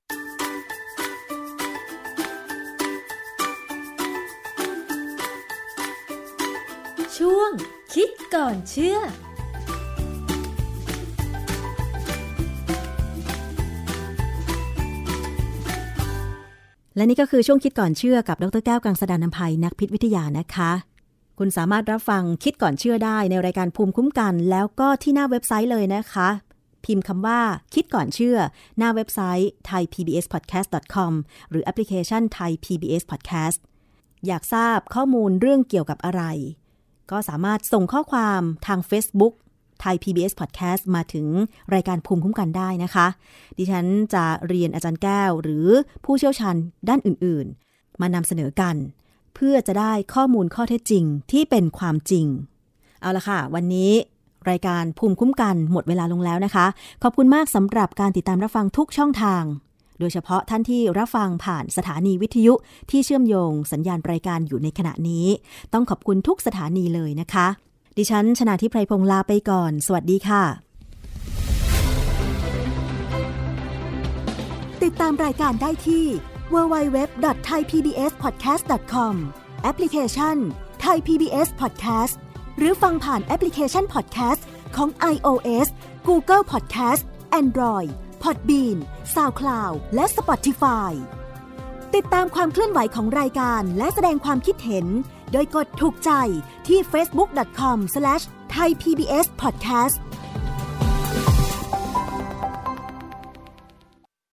ช่วงคิดก่อนเชื่อและนี่ก็คือช่วงคิดก่อนเชื่อกับดรแก้วกังสดาลอำไพนักพิษวิทยานะคะคุณสามารถรับฟังคิดก่อนเชื่อได้ในรายการภูมิคุ้มกันแล้วก็ที่หน้าเว็บไซต์เลยนะคะพิมพ์คำว่าคิดก่อนเชื่อหน้าเว็บไซต์ ไทยพีบีเอสพอดแคสต์ ดอท คอม หรือแอปพลิเคชัน Thai พี บี เอส Podcast อยากทราบข้อมูลเรื่องเกี่ยวกับอะไรก็สามารถส่งข้อความทาง Facebookไทย พี บี เอส Podcast มาถึงรายการภูมิคุ้มกันได้นะคะดิฉันจะเรียนอาจารย์แก้วหรือผู้เชี่ยวชาญด้านอื่นๆมานำเสนอกันเพื่อจะได้ข้อมูลข้อเท็จจริงที่เป็นความจริงเอาละค่ะวันนี้รายการภูมิคุ้มกันหมดเวลาลงแล้วนะคะขอบคุณมากสำหรับการติดตามรับฟังทุกช่องทางโดยเฉพาะท่านที่รับฟังผ่านสถานีวิทยุที่เชื่อมโยงสัญญาณรายการอยู่ในขณะนี้ต้องขอบคุณทุกสถานีเลยนะคะดิฉันชนาธิไพรพงษ์ลาไปก่อนสวัสดีค่ะติดตามรายการได้ที่ ดับเบิลยู ดับเบิลยู ดับเบิลยู ดอท ไทยพีบีเอสพอดแคสต์ ดอท คอม แอปพลิเคชัน Thai พี บี เอส Podcast หรือฟังผ่านแอปพลิเคชัน Podcast ของ iOS Google Podcast Android Podbean SoundCloud และ Spotify ติดตามความเคลื่อนไหวของรายการและแสดงความคิดเห็นโดยกดถูกใจที่ เฟซบุ๊ก ดอท คอม สแลช ไทยพีบีเอสพอดแคสต์